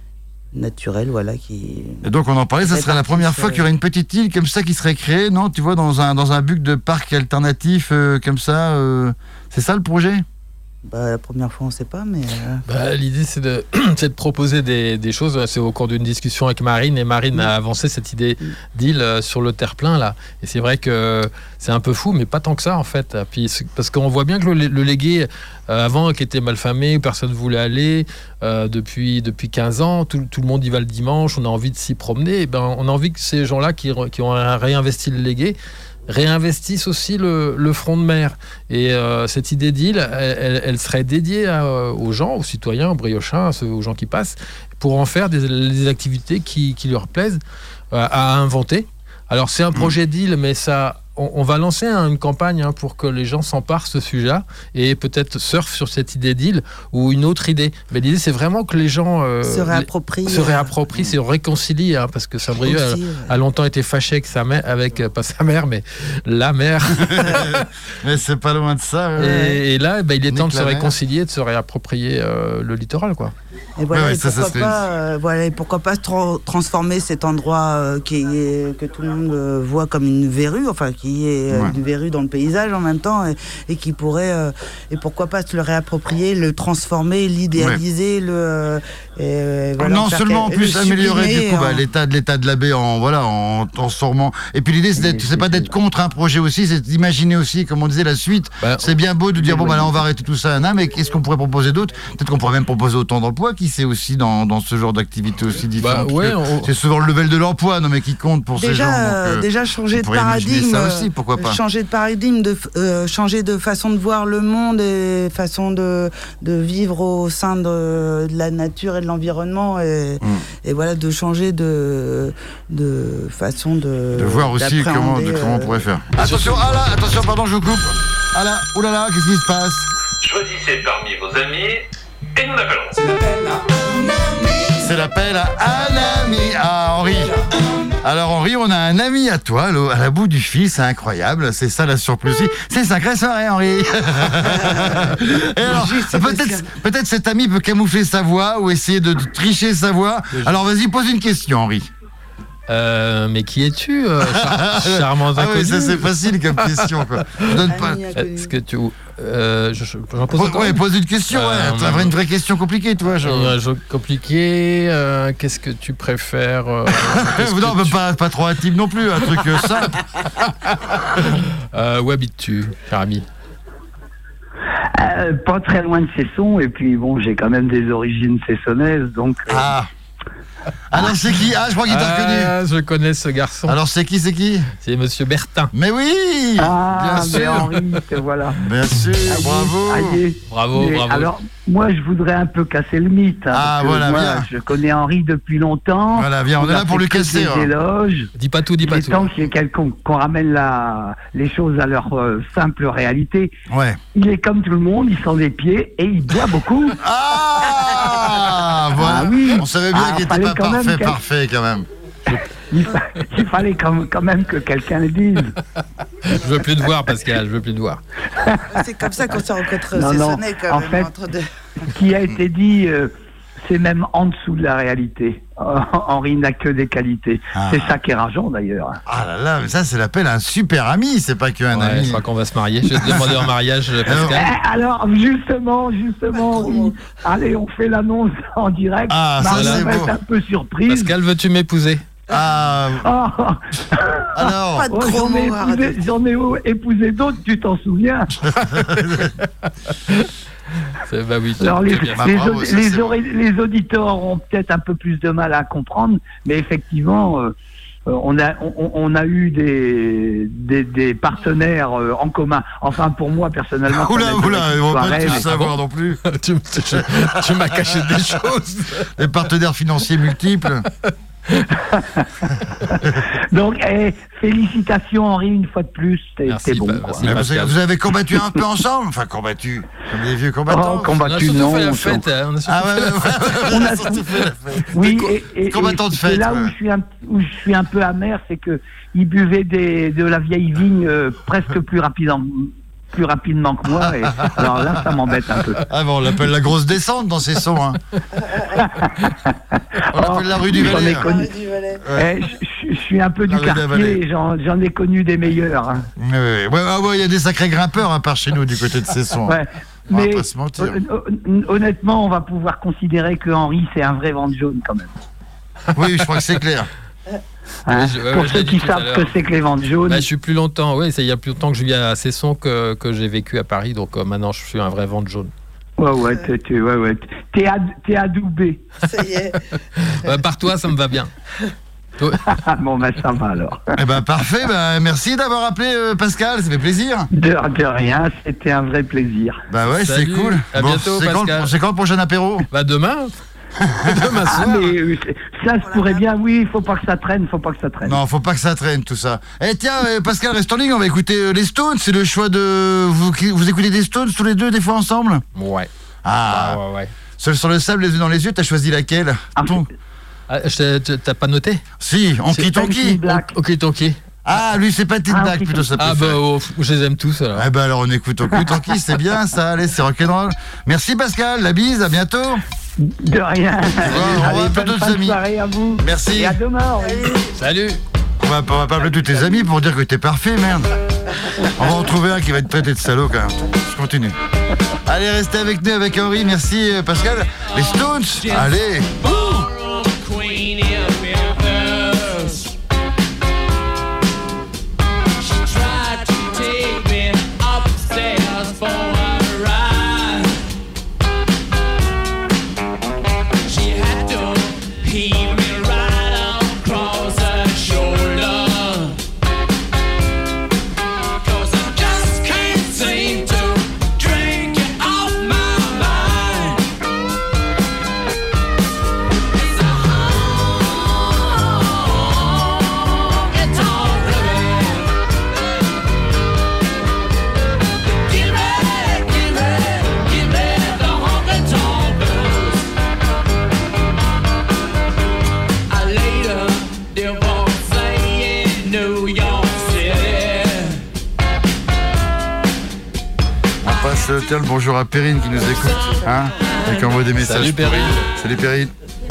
naturel, voilà, qui... Et donc on en parlait, ça serait la première fois qu'il y aurait une petite île comme ça qui serait créée, non? Tu vois, dans un, dans un but de parc alternatif, euh, comme ça, euh, c'est ça le projet? Bah, la première fois, on ne sait pas, mais... Euh... Bah, l'idée, c'est de, c'est de proposer des, des choses. C'est au cours d'une discussion avec Marine, et Marine mmh. a avancé cette idée d'île euh, sur le terre-plein, là. Et c'est vrai que c'est un peu fou, mais pas tant que ça, en fait. Puis, parce qu'on voit bien que le, le légué, euh, avant, qui était mal famé, où personne ne voulait aller, euh, depuis, depuis quinze ans, tout, tout le monde y va le dimanche, on a envie de s'y promener. Et ben, on a envie que ces gens-là qui, qui ont réinvesti le légué réinvestissent aussi le, le front de mer. Et euh, cette idée d'île, elle, elle serait dédiée à, aux gens, aux citoyens, aux briochins, aux gens qui passent, pour en faire des, des activités qui, qui leur plaisent, euh, à inventer. Alors c'est un projet d'île, mais ça... On, on va lancer hein, une campagne hein, pour que les gens s'emparent ce sujet et peut-être surfent sur cette idée d'île ou une autre idée. Mais l'idée, c'est vraiment que les gens euh, se réapproprient, se réapproprient, se réconcilient, hein, parce que Saint-Brieuc a, ouais. a longtemps été fâché avec sa mère, avec euh, pas sa mère, mais la mère. Mais c'est pas loin de ça. Ouais. Et, et là, bah, il est Nique temps de se mère. réconcilier, de se réapproprier euh, le littoral, quoi. Et voilà, ouais, et ça, pourquoi, ça pas, euh, voilà, et pourquoi pas tra- transformer cet endroit euh, qui est, que tout le monde euh, voit comme une verrue, enfin qui est euh, ouais. une verrue dans le paysage en même temps, et, et qui pourrait, euh, et pourquoi pas se le réapproprier, le transformer, l'idéaliser, ouais. le euh, et, voilà, non seulement en plus améliorer du coup, en... bah, l'état de l'état de la baie en voilà en transformant. Et puis l'idée c'est, d'être, c'est pas d'être contre un projet aussi, c'est d'imaginer aussi, comme on disait, la suite. Bah, c'est bien beau de dire bon bah là on va arrêter tout ça, non, mais qu'est-ce qu'on pourrait proposer d'autre? Peut-être qu'on pourrait même proposer autant d'emplois, qui sait aussi dans, dans ce genre d'activité aussi différente. Bah, ouais, on... C'est souvent le level de l'emploi, non mais qui compte pour déjà, ces gens. Donc, euh, déjà changer de paradigme, ça aussi, pourquoi pas. Changer de paradigme, de euh, changer de façon de voir le monde et façon de de vivre au sein de, de la nature et de l'environnement. Et, mmh. et voilà, de changer de, de façon de... De voir aussi comment, de, comment on pourrait faire. Attention, ah là, attention, pardon, je vous coupe. Ah là, oulala, qu'est-ce qui se passe? Choisissez parmi vos amis et nous l'appelons. C'est l'appel à un ami. Ah, Henri. Alors, Henri, on a un ami à toi, à la bout du fil, c'est incroyable. C'est ça la surprise. C'est une sacrée soirée, Henri. Et alors, peut-être, peut-être cet ami peut camoufler sa voix ou essayer de tricher sa voix. Alors, vas-y, pose une question, Henri. Euh, mais qui es-tu, euh, char- charmant inconnu? Ah oui, ça c'est facile comme question, quoi. Je donne pas. Est-ce que tu, euh, je, j'en pose Pose, ouais, pose une question. Euh, ouais. T'as une vraie question compliquée, toi. Genre. Une vraie compliquée. Euh, qu'est-ce que tu préfères euh, Non, mais tu... pas, pas trop intime non plus. Un truc euh, simple. euh, où habites-tu, cher ami? Euh, pas très loin de Cesson, et puis bon, j'ai quand même des origines cessonnaises, donc. Euh... Ah. Alors c'est qui? Ah, je crois qu'il t'a reconnu. Ah, je connais ce garçon. Alors c'est qui, c'est qui? C'est Monsieur Bertin. Mais oui. Ah, bien sûr. Henri, te voilà. Bien sûr, Aïe, bravo. aïe. Bravo, Mais bravo. Alors, moi, je voudrais un peu casser le mythe. Hein, Ah, parce que voilà, moi, viens. je connais Henri depuis longtemps. Voilà, viens, on est là pour lui casser. Des éloges. Dis pas tout, dis pas Il est tout. temps qu'il y ait quelqu'un qu'on ramène la, les choses à leur euh, simple réalité. Ouais. Il est comme tout le monde, il sent les pieds et il boit beaucoup. Ah, voilà. Ah oui. On savait bien Ah, qu'il n'était fallait pas quand même parfait, quel- parfait quand même. Il, fa- il fallait quand, quand même que quelqu'un le dise. Je veux plus te voir, Pascal. Je veux plus te voir. C'est comme ça qu'on se rencontre Non, non, Cessonnet, quand en même. fait, entre deux. Ce qui a été dit, euh, c'est même en dessous de la réalité. Henri n'a que des qualités. Ah. C'est ça qui est rageant d'ailleurs. Ah là là, mais ça c'est l'appel à un super ami, c'est pas qu'un Ouais, ami. je crois qu'on va se marier. Je vais te demander en mariage, Pascal. Eh, alors, justement, justement, Henri, allez, on fait l'annonce en direct. Ah, ça, Marie c'est va beau. être un peu surprise. Pascal, veux-tu m'épouser? Ah, Ah. alors. Pas de Oh, gros j'en, ai mots, épousé, arrêtez. j'en ai épousé d'autres, tu t'en souviens? C'est- Bah oui. Alors, les, bien. Bah, les, bravo, aud- ça, les c'est ori- les auditeurs auront peut-être un peu plus de mal à comprendre, mais effectivement, euh, euh, on, a, on, on a eu des, des, des partenaires euh, en commun. Enfin, pour moi, personnellement. ça Oula, m'a été oula, une on va pas soirée, tout mais- savoir non plus. tu, tu- tu m'as caché des choses. Des partenaires financiers multiples. Donc, eh, félicitations, Henri, une fois de plus. T'es, Merci, t'es bon. bah, quoi. merci. Mais vous, avez, Pascal. vous avez combattu un peu ensemble? Enfin, combattu. Comme des vieux combattants. Oh, combattu, on a surtout non. fait la on fête. s'en- hein, On a surtout Ah ouais, fait la ouais, fête. ouais, ouais, On on a a surtout fait la fête. Oui, Des et, et, combattants et de c'est fête, là ouais. où je suis un, où je suis un peu amer, c'est que ils buvaient des, de la vieille vigne euh, presque plus rapidement, plus rapidement que moi. Et, alors là, ça m'embête un peu. Ah bon, on l'appelle la grosse descente dans ces sons. Hein. On l'appelle la rue du J'en ai Valais. connu- Ah, du Valais. Ouais. Eh, je, je- je suis un peu La du rue des Valais. quartier, j'en, j'en ai connu des meilleurs. hein. Ouais, ouais, ouais, ouais, ouais, il y a des sacrés grimpeurs hein, par chez nous du côté de ces sons. Ouais. On va Mais pas se mentir. hon- hon- honnêtement, on va pouvoir considérer que Henri, c'est un vrai vent jaune quand même. Oui, je crois que c'est clair. Hein. Ouais, je- ouais, Pour ouais, je ceux l'ai dit qui tout à savent l'heure. que c'est que les ventes jaunes. Bah, je suis plus longtemps, oui, c'est il y a plus longtemps que je vis à Cesson que, que j'ai vécu à Paris, donc euh, maintenant je suis un vrai vent jaune. Ouais, ouais, t'es, t'es- ouais, ouais. T'es, ad- t'es adoubé. Ça y est. Euh, par toi, ça me va bien. Toi- Bon, ben ça va alors. Eh ben parfait, ben, merci d'avoir appelé euh, Pascal, ça fait plaisir. De, de rien, c'était un vrai plaisir. Bah ouais, Salut, c'est cool. à bientôt, c'est quand, Pascal. c'est quand le prochain apéro? Bah demain Demain Ah, soir. mais euh, c'est- ça, je pourrais bien, oui, il faut pas que ça traîne, faut pas que ça traîne. Non, faut pas que ça traîne tout ça. Eh tiens, euh, Pascal, reste en ligne, on va écouter euh, les Stones, c'est le choix de... Vous, qui- vous écoutez des Stones tous les deux, des fois ensemble? Ouais. Ah, ouais, ouais. Seul sur le sable, les yeux dans les yeux, t'as choisi laquelle? Ton- Ah, je t'ai- t'as pas noté? Si, Honky Tonky. Ok, Tonky. Ah, lui, c'est pas Tic Ah, Tac, Honky plutôt ça Ah bah, oh, je les aime tous alors. Eh ben alors on écoute Honky Tonky, c'est bien ça, allez, c'est rock'n'roll. Merci Pascal, la bise, à bientôt. De rien. on Allez, va appeler bonne d'autres fin de amis. soirée à vous. Merci. Et à demain, Henri. Salut. On va, on va pas appeler tous tes amis pour dire que t'es parfait, merde. On va en trouver un qui va être traité de salaud quand même. Je continue. Allez, restez avec nous avec Henri, merci euh, Pascal. Les Stones, allez. passe tiens, le bonjour à Perrine qui nous écoute, hein, et qui envoie des messages. Salut Perrine. Salut Perrine.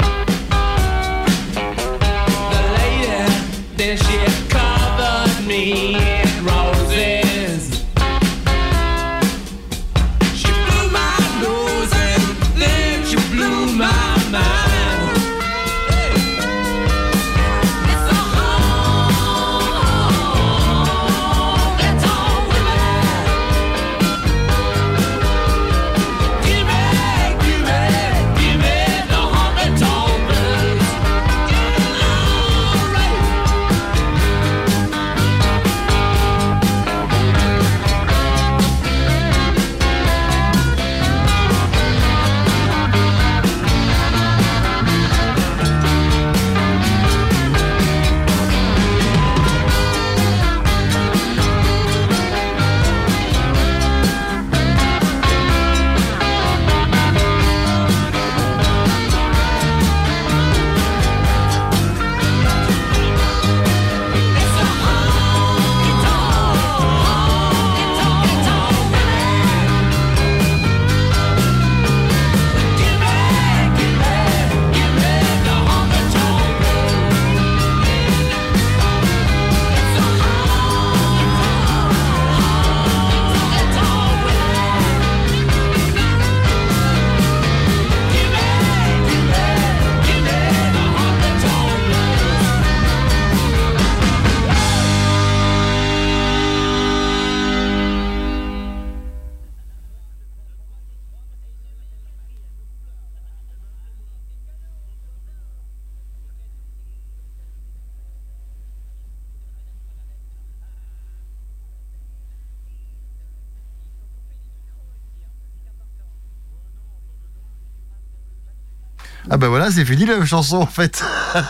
Ah bah voilà, c'est fini la chanson en fait.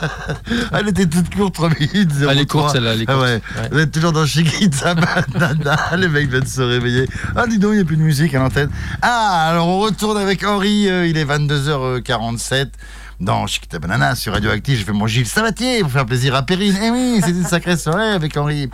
Elle était toute courte, trois minutes zéro trois. Elle est courte celle-là, elle est courte. Ah ouais. Ouais. Vous êtes toujours dans Chiquita Banana. Les mecs viennent se réveiller. Ah dis donc, il n'y a plus de musique à l'antenne. Ah, alors on retourne avec Henri, euh, il est vingt-deux heures quarante-sept. Dans Chiquita Banana sur Radioactive, je fais mon Gilles Sabatier pour faire plaisir à Perrine. Eh oui, c'est une sacrée soirée avec Henri.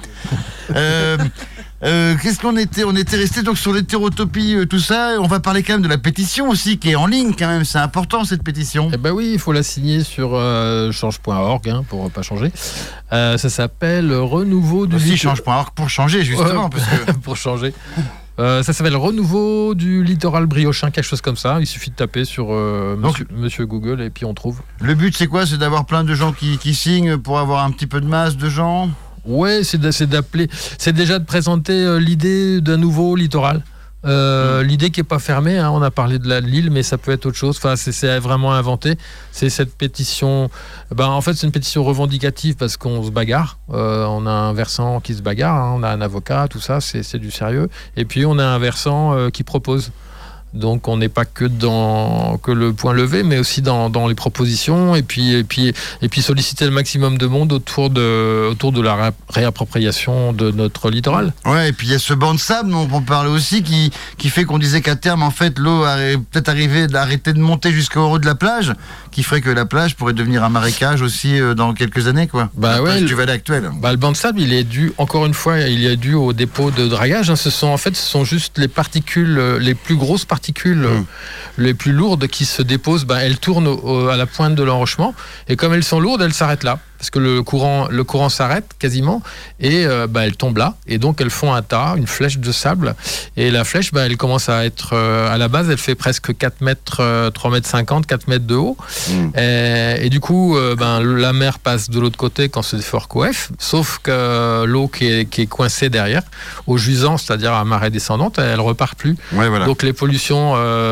Euh, euh, qu'est-ce qu'on était On était resté donc sur l'hétérotopie, euh, tout ça. On va parler quand même de la pétition aussi, qui est en ligne quand même. C'est important cette pétition. Eh ben oui, il faut la signer sur euh, change point org hein, pour pas changer. Euh, ça s'appelle Renouveau du. Aussi change point org pour changer justement, ouais, parce que... pour changer. Euh, ça s'appelle Renouveau du littoral briochin, quelque chose comme ça. Il suffit de taper sur euh, monsieur, Donc, monsieur Google et puis on trouve. Le but c'est quoi? C'est d'avoir plein de gens qui, qui signent pour avoir un petit peu de masse de gens? Ouais, c'est d'appeler, c'est déjà de présenter euh, l'idée d'un nouveau littoral. Euh, mmh. L'idée qui n'est pas fermée, hein, on a parlé de l'île, mais ça peut être autre chose. Enfin, c'est vraiment inventé. C'est cette pétition. Ben, en fait, c'est une pétition revendicative parce qu'on se bagarre. Euh, on a un versant qui se bagarre, hein, on a un avocat, tout ça, c'est du sérieux. Et puis, on a un versant euh, qui propose. Donc on n'est pas que dans que le point levé, mais aussi dans, dans les propositions et puis et puis et puis solliciter le maximum de monde autour de autour de la ré réappropriation de notre littoral. Ouais, et puis il y a ce banc de sable dont on parlait aussi qui qui fait qu'on disait qu'à terme en fait l'eau peut-être arriver d'arrêter de monter jusqu'au haut de la plage, qui ferait que la plage pourrait devenir un marécage aussi dans quelques années quoi. Bah la ouais, plage du Valais actuel. Bah le banc de sable il est dû encore une fois il est dû au dépôt de dragage. Hein. Ce sont en fait ce sont juste les particules les plus grosses particules particules mmh. les plus lourdes qui se déposent, ben, elles tournent au, à la pointe de l'enrochement et comme elles sont lourdes, elles s'arrêtent là parce que le courant, le courant s'arrête quasiment et euh, ben, elles tombent là et donc elles font un tas, une flèche de sable et la flèche, ben, elle commence à être euh, à la base, elle fait presque quatre mètres, euh, trois mètres cinquante, quatre mètres de haut mmh. et, et du coup, euh, ben, la mer passe de l'autre côté quand c'est fort Q O F, sauf que l'eau qui est, qui est coincée derrière, au jusant, c'est-à-dire à marée descendante, elle repart plus. Ouais, voilà. Donc les pollutions,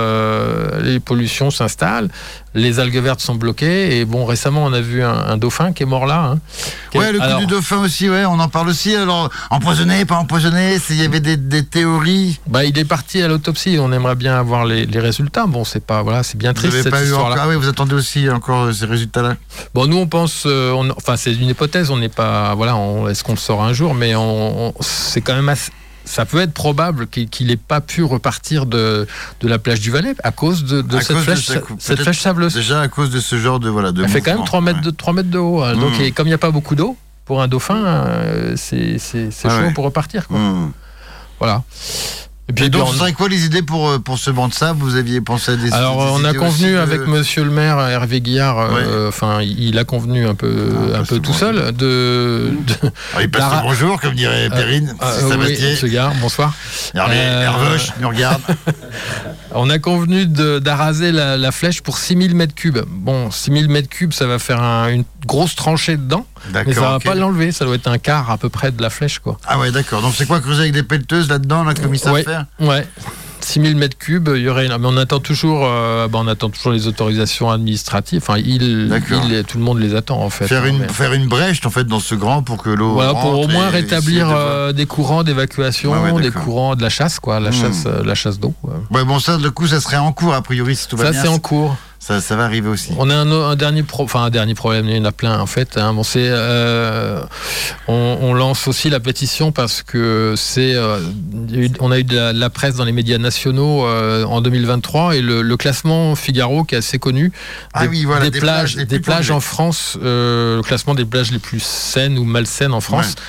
euh, les pollutions s'installent, les algues vertes sont bloquées et bon récemment on a vu un, un dauphin qui est mort là. Hein, ouais, le coup alors, du dauphin aussi, ouais, on en parle aussi. Alors empoisonné, pas empoisonné, il y avait des, des théories. Bah il est parti à l'autopsie, on aimerait bien avoir les, les résultats. Bon c'est pas voilà, c'est bien triste. Vous cette pas eu histoire-là. Encore, ah oui, vous attendez aussi encore ces résultats-là. Bon nous on pense, euh, on, enfin c'est une hypothèse, on n'est pas voilà, est-ce qu'on le saura un jour, mais on, on, c'est quand même assez. Ça peut être probable qu'il n'ait pas pu repartir de, de la plage du Valais à cause de, de, cette, cause flèche, de sa, cette flèche sableuse. Déjà à cause de ce genre de voilà de. Elle fait quand même trois mètres, ouais. de, trois mètres de haut. Hein. Mmh. Donc et comme il n'y a pas beaucoup d'eau pour un dauphin, euh, c'est ah chaud ouais. pour repartir. Quoi. Mmh. Voilà. Et puis, et donc, ce serait quoi les idées pour, pour ce banc de sable? Vous aviez pensé à des Alors, des on a convenu de... avec monsieur le maire Hervé Guillard, euh, enfin, ouais. il a convenu un peu, ah, un peu tout seul de. de ah, il passe la... le bonjour, comme dirait Perrine. Euh, euh, oui, monsieur Guillard, bonsoir. Hervé, euh... Herveuche, nous regarde. On a convenu de, d'arraser la, la flèche pour six mille mètres cubes. Bon, six mille mètres cubes, ça va faire un, une grosse tranchée dedans. Mais ça va okay. pas l'enlever, ça doit être un quart à peu près de la flèche, quoi. Ah ouais, d'accord. Donc c'est quoi, creuser avec des pelleteuses là-dedans, là, comme ils savent ouais, faire? Ouais. six mille mètres cubes, il y aurait. Mais on attend toujours, euh, bah on attend toujours les autorisations administratives. Enfin, il, il, tout le monde les attend en fait. Faire hein, une, mais... faire une brèche en fait dans ce grand pour que l'eau. Voilà, pour au moins et, rétablir euh, des courants d'évacuation, ouais, ouais, des courants de la chasse, quoi, la mmh. chasse, euh, la chasse d'eau. Ouais. ouais, bon ça, du coup, ça serait en cours a priori si tout va ça, bien. Ça c'est en cours. Ça, ça va arriver aussi. On a un, un dernier, pro, enfin un dernier problème, il y en a plein en fait. Hein. Bon, c'est, euh, on, on lance aussi la pétition parce que c'est, euh, on a eu de la, de la presse dans les médias nationaux euh, en deux mille vingt-trois et le, le classement Figaro qui est assez connu ah des, oui, voilà, des, des plages, plages, des plages en France, euh, le classement des plages les plus saines ou malsaines en France. Ouais.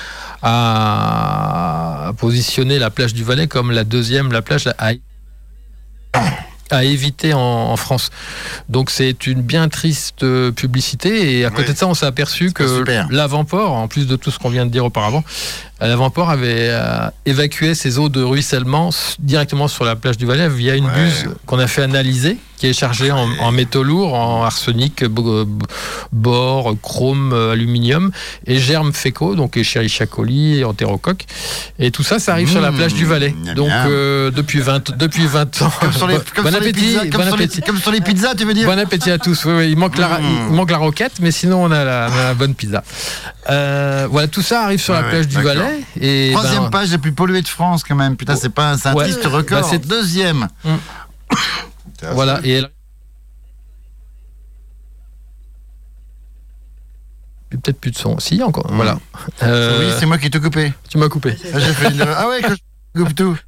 A positionné la plage du Valais comme la deuxième, la plage à à éviter en, en France. Donc c'est une bien triste publicité et à côté oui. de ça on s'est aperçu que l'avant-port, en plus de tout ce qu'on vient de dire auparavant, l'avant-port avait euh, évacué ses eaux de ruissellement directement sur la plage du Valais via une ouais. buse qu'on a fait analyser, qui est chargée en, en métaux lourds, en arsenic, bore, chrome, aluminium et germes fécaux, donc Escherichia coli, entérocoque. Et tout ça, ça arrive mmh, sur la plage du Valais. Donc euh, depuis vingt, depuis vingt ans. Comme sur les, comme bon sur appétit, les pizzas, bon comme, appétit. Sur les, comme sur les pizzas, tu veux dire? Bon appétit à tous. Oui, oui, il manque mmh. la, il manque la roquette, mais sinon on a la, on a la bonne pizza. Euh, voilà, tout ça arrive sur ouais, la plage ouais, du d'accord. Valais. Et troisième ben, page la plus polluée de France quand même. Putain, c'est pas c'est un ouais, triste record. Bah, c'est deuxième. Mmh. Voilà, et elle... peut-être plus de son. Si, encore. Mmh. Voilà. Euh... Oui, c'est moi qui t'ai coupé. Tu m'as coupé. Ah, j'ai fait une... ah ouais, que je coupe tout.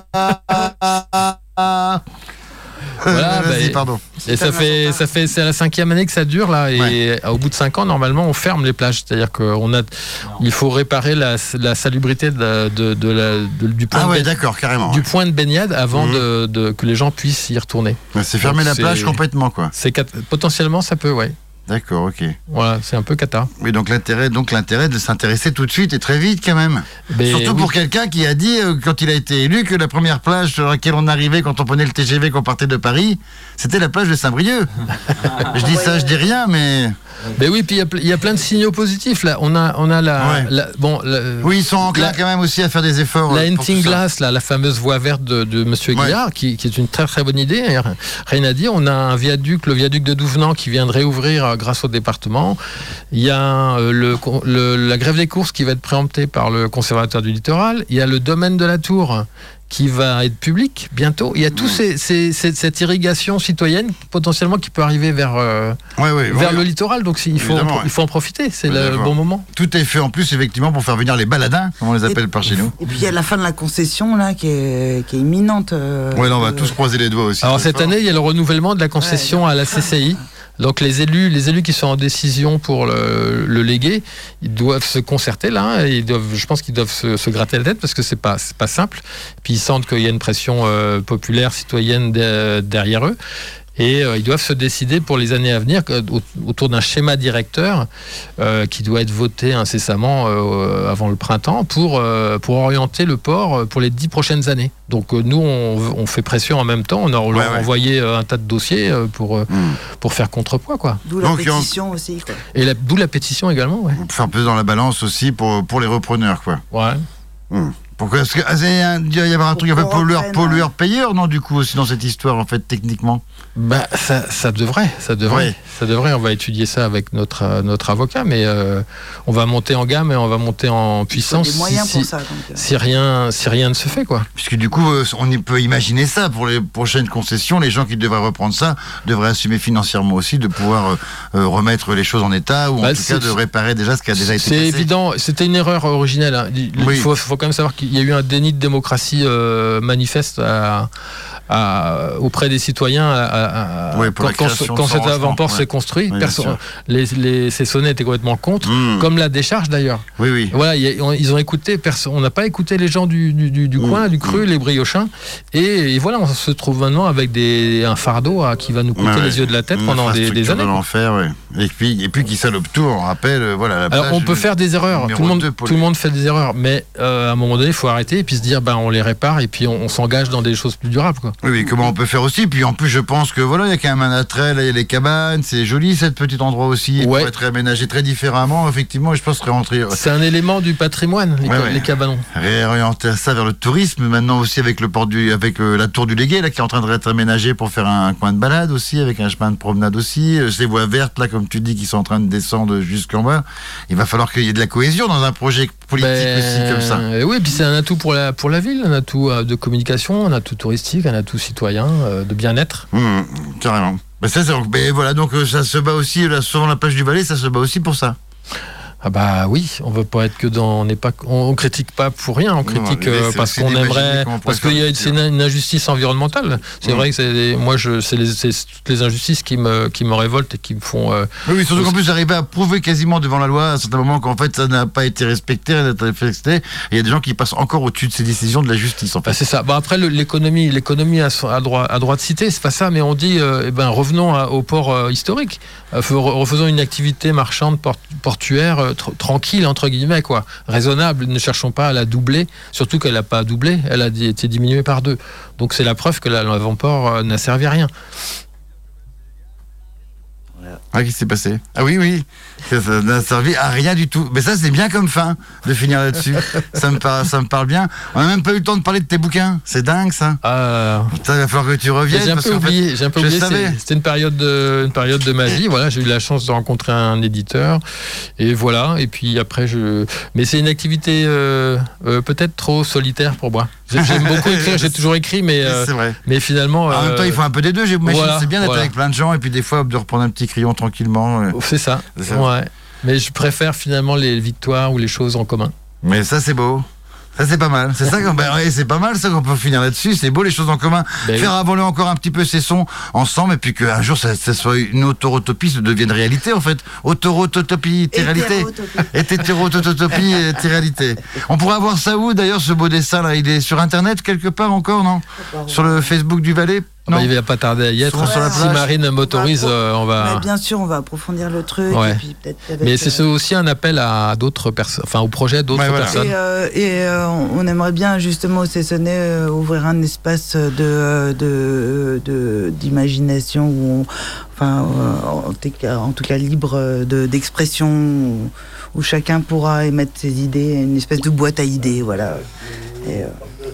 Voilà, euh, bah, et, pardon. Et ça fait, ça fait, c'est la cinquième année que ça dure là, et ouais. au bout de cinq ans, normalement, on ferme les plages, c'est-à-dire qu'on a, il faut réparer la, la salubrité de, de, de la, de, du point, ah ouais, de, d'accord, carrément, du ouais. point de baignade avant mmh. de, de, que les gens puissent y retourner. Ouais, c'est fermer donc, la plage complètement, quoi. C'est potentiellement, ça peut, ouais. D'accord, ok. Voilà, c'est un peu cata. Oui, donc l'intérêt, donc l'intérêt de s'intéresser tout de suite et très vite quand même. Mais surtout oui. pour quelqu'un qui a dit, euh, quand il a été élu, que la première plage sur laquelle on arrivait quand on prenait le T G V, qu'on partait de Paris, c'était la plage de Saint-Brieuc. Je dis ça, je dis rien, mais... Mais oui, puis il y, y a plein de signaux positifs là. On a, on a la, ouais. la bon. La, oui, ils sont enclins quand même aussi à faire des efforts. La Hunting Glass, là, la fameuse voie verte de, de Monsieur ouais. Guillard, qui, qui est une très très bonne idée. Rien à dire. On a un viaduc, le viaduc de Douvenant, qui vient de réouvrir euh, grâce au département. Il y a euh, le, le, la grève des courses qui va être préemptée par le conservateur du littoral. Il y a le domaine de la Tour, qui va être public bientôt. Il y a tout ces, ces, ces, cette irrigation citoyenne potentiellement qui peut arriver vers, euh, ouais, ouais, vers ouais. le littoral. Donc il faut, en, ouais. il faut en profiter. C'est ouais, le bon moment. Tout est fait en plus effectivement pour faire venir les baladins, comme on les appelle et, par chez nous. Et puis il y a la fin de la concession là qui est, qui est imminente. Euh, ouais, là, on va euh... tous croiser les doigts aussi. Alors cette fort. année, il y a le renouvellement de la concession ouais, à la C C I. Donc les élus, les élus qui sont en décision pour le, le léguer, ils doivent se concerter là. Ils doivent, je pense qu'ils doivent se, se gratter la tête parce que c'est pas, c'est pas simple. Puis ils sentent qu'il y a une pression euh, populaire, citoyenne de, derrière eux. Et euh, ils doivent se décider pour les années à venir autour d'un schéma directeur euh, qui doit être voté incessamment euh, avant le printemps pour, euh, pour orienter le port pour les dix prochaines années. Donc euh, nous, on, on fait pression en même temps. On a ouais, ouais. envoyé un tas de dossiers pour, euh, mmh. pour faire contrepoids, quoi. D'où la Donc, pétition on... aussi. Quoi. Et la, d'où la pétition également, ouais. Faire peser dans la balance aussi pour, pour les repreneurs, quoi. Ouais. Mmh. Pourquoi est-ce qu'il ah, y avoir un truc un peu pollueur, pollueur payeur, non, du coup, aussi dans cette histoire, en fait, techniquement? Bah, ça, ça devrait, ça devrait, oui. ça devrait. On va étudier ça avec notre euh, notre avocat, mais euh, on va monter en gamme et on va monter en puissance. Il faut des moyens si, pour ça. Donc... Si rien, si rien ne se fait, quoi. Puisque du coup, on peut imaginer ça pour les prochaines concessions. Les gens qui devraient reprendre ça devraient assumer financièrement aussi de pouvoir euh, remettre les choses en état ou bah, en tout cas de réparer déjà ce qui a déjà été C'est passé. évident. C'était une erreur originelle. Hein. Il oui. faut, faut quand même savoir qu'il y a eu un déni de démocratie euh, manifeste à à, auprès des citoyens à, à, à, ouais, pour quand, quand, quand cet avant-port ouais. s'est construit. Ouais, perso- les, les Cessonnais étaient complètement contre, mmh. comme la décharge d'ailleurs. Oui, oui. Voilà, y a, on, ils ont écouté, perso- on n'a pas écouté les gens du, du, du, du mmh. coin, du cru, mmh. les briochins, et, et voilà, on se trouve maintenant avec des, un fardeau à, qui va nous coûter ouais, les yeux de la tête pendant des, des années. De l'enfer, ouais. Et puis, et puis qui salope tout, on rappelle, euh, voilà. La Alors on peut faire des erreurs, tout le monde, tout les... le monde fait des erreurs, mais euh, à un moment donné, il faut arrêter et puis se dire, ben on les répare et puis on, on s'engage dans des choses plus durables, quoi. Oui, oui, comment on peut faire aussi. Puis en plus, je pense que voilà, il y a quand même un attrait, là, il y a les cabanes, c'est joli, cet petit endroit aussi, il ouais. pourrait être aménagé très différemment, effectivement, et je pense que rentrer. C'est un élément du patrimoine, les, ouais, ca- ouais. les cabanons. Réorienter ça vers le tourisme, maintenant aussi avec le port du, avec euh, la tour du Légué, là, qui est en train d'être aménagée pour faire un, un coin de balade aussi, avec un chemin de promenade aussi, euh, ces voies vertes, là, comme tu dis, qui sont en train de descendre jusqu'en bas. Il va falloir qu'il y ait de la cohésion dans un projet politique ben, aussi, comme ça. Euh, oui, et puis c'est un atout pour la, pour la ville, un atout euh, de communication, un atout touristique, un atout citoyen, euh, de bien-être. Mmh, carrément. Ben ça, c'est, ben voilà, donc euh, ça se bat aussi, là, sur la plage du Valais, ça se bat aussi pour ça. Ah bah oui, on veut pas être que dans, on n'est pas, on, on critique pas pour rien, on critique non, euh, parce qu'on aimerait, parce qu'il y a c'est une, une injustice environnementale. C'est mmh. vrai que c'est des, moi je, c'est, les, c'est toutes les injustices qui me, qui me révoltent et qui me font. Euh, oui, oui, surtout qu'en plus arriver à prouver quasiment devant la loi à un certain moment qu'en fait ça n'a pas été respecté, respecté. Il y a des gens qui passent encore au-dessus de ces décisions de la justice. En fait. Bah c'est ça. Bah après le, l'économie, l'économie a, a droit, a droit de citer, c'est pas ça, mais on dit, euh, eh ben revenons à, au port euh, historique, euh, refaisons une activité marchande port, portuaire. Euh, tranquille entre guillemets quoi, raisonnable, ne cherchons pas à la doubler, surtout qu'elle n'a pas doublé, elle a été diminuée par deux, donc c'est la preuve que l'avant-port n'a servi à rien. Ah, qu'est-ce qui s'est passé ? Ah oui, oui, ça n'a servi à rien du tout. Mais ça, c'est bien comme fin de finir là-dessus. ça, me par... ça me parle bien. On n'a même pas eu le temps de parler de tes bouquins. C'est dingue, ça. Euh... Ça va falloir que tu reviennes. J'ai un peu oublié. Fait, j'ai un peu oublié. C'est, c'était une période, de, une période de ma vie. Voilà, j'ai eu la chance de rencontrer un éditeur. Et voilà. Et puis après, je. Mais c'est une activité euh, euh, peut-être trop solitaire pour moi. J'aime beaucoup écrire. J'ai toujours écrit, mais euh, c'est vrai. Mais finalement. En euh... même temps, il faut un peu des deux. J'ai... Voilà, c'est bien d'être voilà. avec plein de gens et puis des fois de reprendre un petit crayon tranquillement. C'est ça. c'est ça. Ouais. Mais je préfère finalement les victoires ou les choses en commun. Mais ça, c'est beau. Ça, c'est pas mal. C'est ça qu'on, ben, ouais, c'est pas mal, ça qu'on peut finir là-dessus. C'est beau, les choses en commun. Ben Faire oui. avaler encore un petit peu ces sons ensemble et puis qu'un jour, ça, ça soit une autorotopie, ça devienne réalité, en fait. Autorotopie, t'es réalité. Hétérotopie, t'es réalité. On pourrait avoir ça où, d'ailleurs, ce beau dessin, là? Il est sur Internet, quelque part encore, non? Sur le Facebook du Valais? Bah, il va pas tarder à y être. Sur, sur la si Marine m'autorise, on va, euh, on va... bien sûr, on va approfondir le truc. Ouais. Et puis peut-être avec, mais c'est euh... aussi un appel à d'autres personnes, enfin au projet d'autres ouais, voilà. personnes. Et, euh, et euh, on aimerait bien justement au Cessonnais euh, ouvrir un espace de, de, de d'imagination où, on, enfin, euh, en, tout cas, en tout cas libre de, d'expression, où, où chacun pourra émettre ses idées, une espèce de boîte à idées, voilà. Et, euh,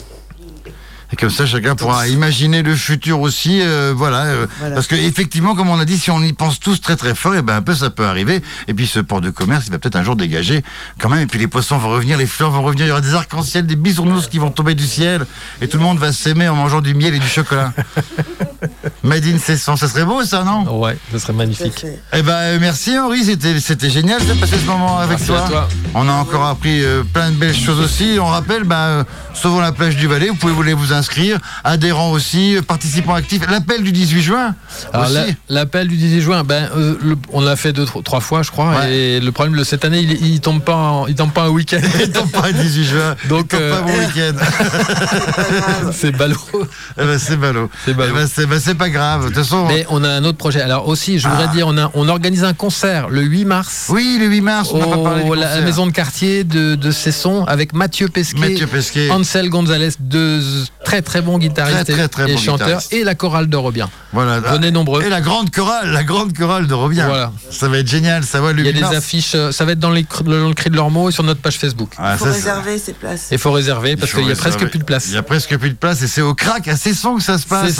Et comme ça, chacun pourra imaginer le futur aussi, euh, voilà, euh, voilà. Parce que effectivement, comme on a dit, si on y pense tous très très fort, et ben un peu ça peut arriver. Et puis ce port de commerce, il va peut-être un jour dégager quand même. Et puis les poissons vont revenir, les fleurs vont revenir, il y aura des arcs-en-ciel, des bisounours qui vont tomber du ciel, et tout le monde va s'aimer en mangeant du miel et du chocolat. Made in Cesson, ça serait beau ça, non? Ouais, ça serait magnifique. Eh ben merci Henri, c'était c'était génial de passer ce moment avec toi. toi. On a encore appris euh, plein de belles choses aussi. On rappelle, ben euh, Sauvons la plage du Valais, vous pouvez vous les vous inscrire, adhérents aussi, participants actifs. L'appel du dix-huit juin. Alors aussi. La, l'appel du dix-huit juin, ben euh, le, on l'a fait deux trois fois, je crois. Ouais. Et le problème, cette année, il, il tombe pas, en, il tombe pas un week-end. Il tombe pas un dix-huit juin. Donc il tombe euh, pas bon week-end. C'est ballot. Eh ben, c'est ballot. C'est ballot. Eh ben, c'est, ben, c'est pas grave. De toute façon. Mais on a un autre projet. Alors aussi, je voudrais ah. dire, on a, on organise un concert le huit mars. Oui, le huit mars. On au, n'a pas parlé du la concert. maison de quartier de, de Cesson avec Mathieu Pesquet, Mathieu Pesquet, Ansel Gonzalez, deux très très bons guitaristes très, très, très et, bon et chanteurs, guitariste. Et la chorale de Robien. Voilà. Venez nombreux. Et la grande chorale, la grande chorale de Robien. Voilà. Ça va être génial. Ça va le Il y a huit mars. des affiches. Ça va être dans, les, dans le cri de leurs mots et sur notre page Facebook. Il faut ça, réserver ces places. Il faut réserver parce qu'il y a presque plus de place. Il y a presque plus de place et c'est au Crac à Cesson que ça se passe. C'est ça.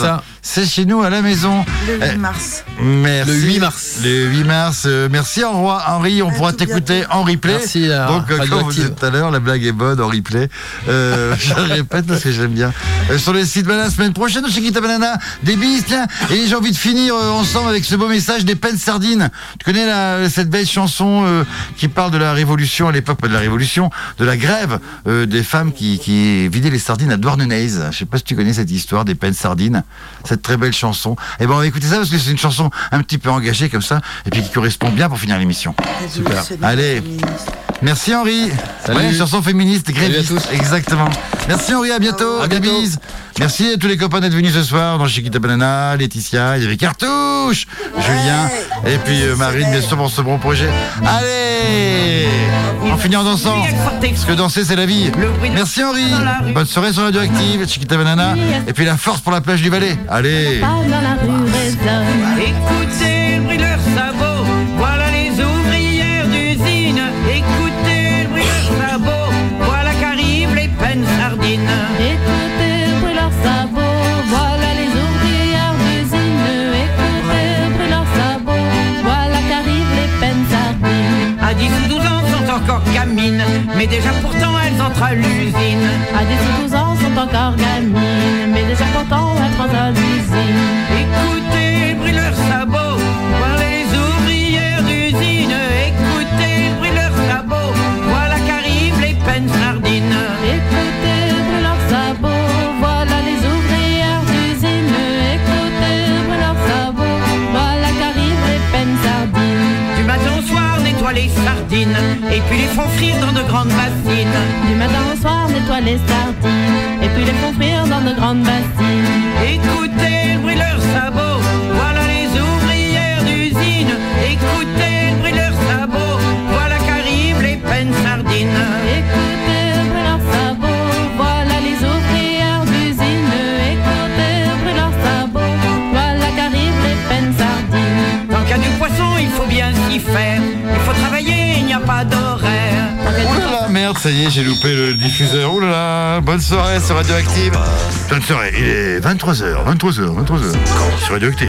c'est chez nous à la maison. Le huit Eh, mars. Merci. Le huit mars. Le huit mars. Euh, merci Henri. Henri, on À pourra tout t'écouter bientôt. en replay. Merci, euh, Donc, euh, comme vous Radioactive. disiez tout à l'heure, la blague est bonne en replay. Euh, je le répète parce que j'aime bien. Euh, sur les sites Banana, la semaine prochaine, chez Chiquita Banana, des bises, tiens. Et j'ai envie de finir euh, ensemble avec ce beau message des Pennes Sardines. Tu connais la, cette belle chanson euh, qui parle de la révolution à l'époque, pas de la révolution, de la grève euh, des femmes qui, qui vidaient les sardines à Douarnenez. Je sais pas si tu connais cette histoire des Pennes Sardines, cette très belle chanson. Et ben on va écouter ça parce que c'est une chanson un petit peu engagée comme ça et puis qui correspond bien pour finir l'émission. Super. Allez. Merci Henri. Salut. Ouais, chanson féministe, gréviste. Salut à tous. Exactement. Merci Henri, à bientôt. À Des bientôt. bises. Merci à tous les copains d'être venus ce soir dans Chiquita Banana, Laetitia, il y avait Cartouche, Julien, et puis euh, Marine, bien sûr, pour ce bon projet. Allez, on finit en dansant, parce que danser, c'est la vie. Merci Henri. Bonne soirée sur Radioactive, Chiquita Banana, et puis la force pour la plage du Valais. Allez. Écoutez le bruit de leurs sabots, voilà les ouvrières d'usine. Écoutez le bruit de leurs sabots, voilà qu'arrivent les Pennes Sardines. Écoutez le bruit de leurs sabots, voilà les ouvrières d'usine. Écoutez le bruit de leurs sabots, voilà qu'arrivent les Pennes Sardines. À dix ou douze ans sont encore gamines, mais déjà pourtant elles entrent à l'usine. À dix ou douze ans sont encore gamines, mais déjà pourtant elles entrent à l'usine. Écoutez le bruit de leurs sabots, voilà les ouvrières d'usine. Écoutez le bruit de leurs sabots, voilà qu'arrivent les Pennes Sardines. Écoutez le bruit de leurs sabots, voilà les ouvrières d'usine. Écoutez le bruit de leurs sabots, voilà qu'arrivent les Pennes Sardines. Du matin au soir, nettoient les sardines, et puis les font frire dans de grandes bassines. Du matin au soir, nettoient les sardines, et puis les font frire dans de grandes bassines. Écoutez le bruit de leurs sabots, voilà les ouvrières d'usine. Écoutez le bruit de leurs sabots, voilà qu'arrivent les Pennes Sardines. Écoutez le bruit de leurs sabots, voilà les ouvrières d'usine. Écoutez le bruit de leurs sabots, voilà qu'arrivent les Pennes Sardines. Tant qu'il y a du poisson, il faut bien s'y faire. Il faut travailler, il n'y a pas d'horaire. Oh là là, merde, ça y est, j'ai loupé le diffuseur. Oh là là, bonne soirée sur Radioactive. Bonne soirée, il est vingt-trois heures, vingt-trois heures, vingt-trois heures sur Radioactive.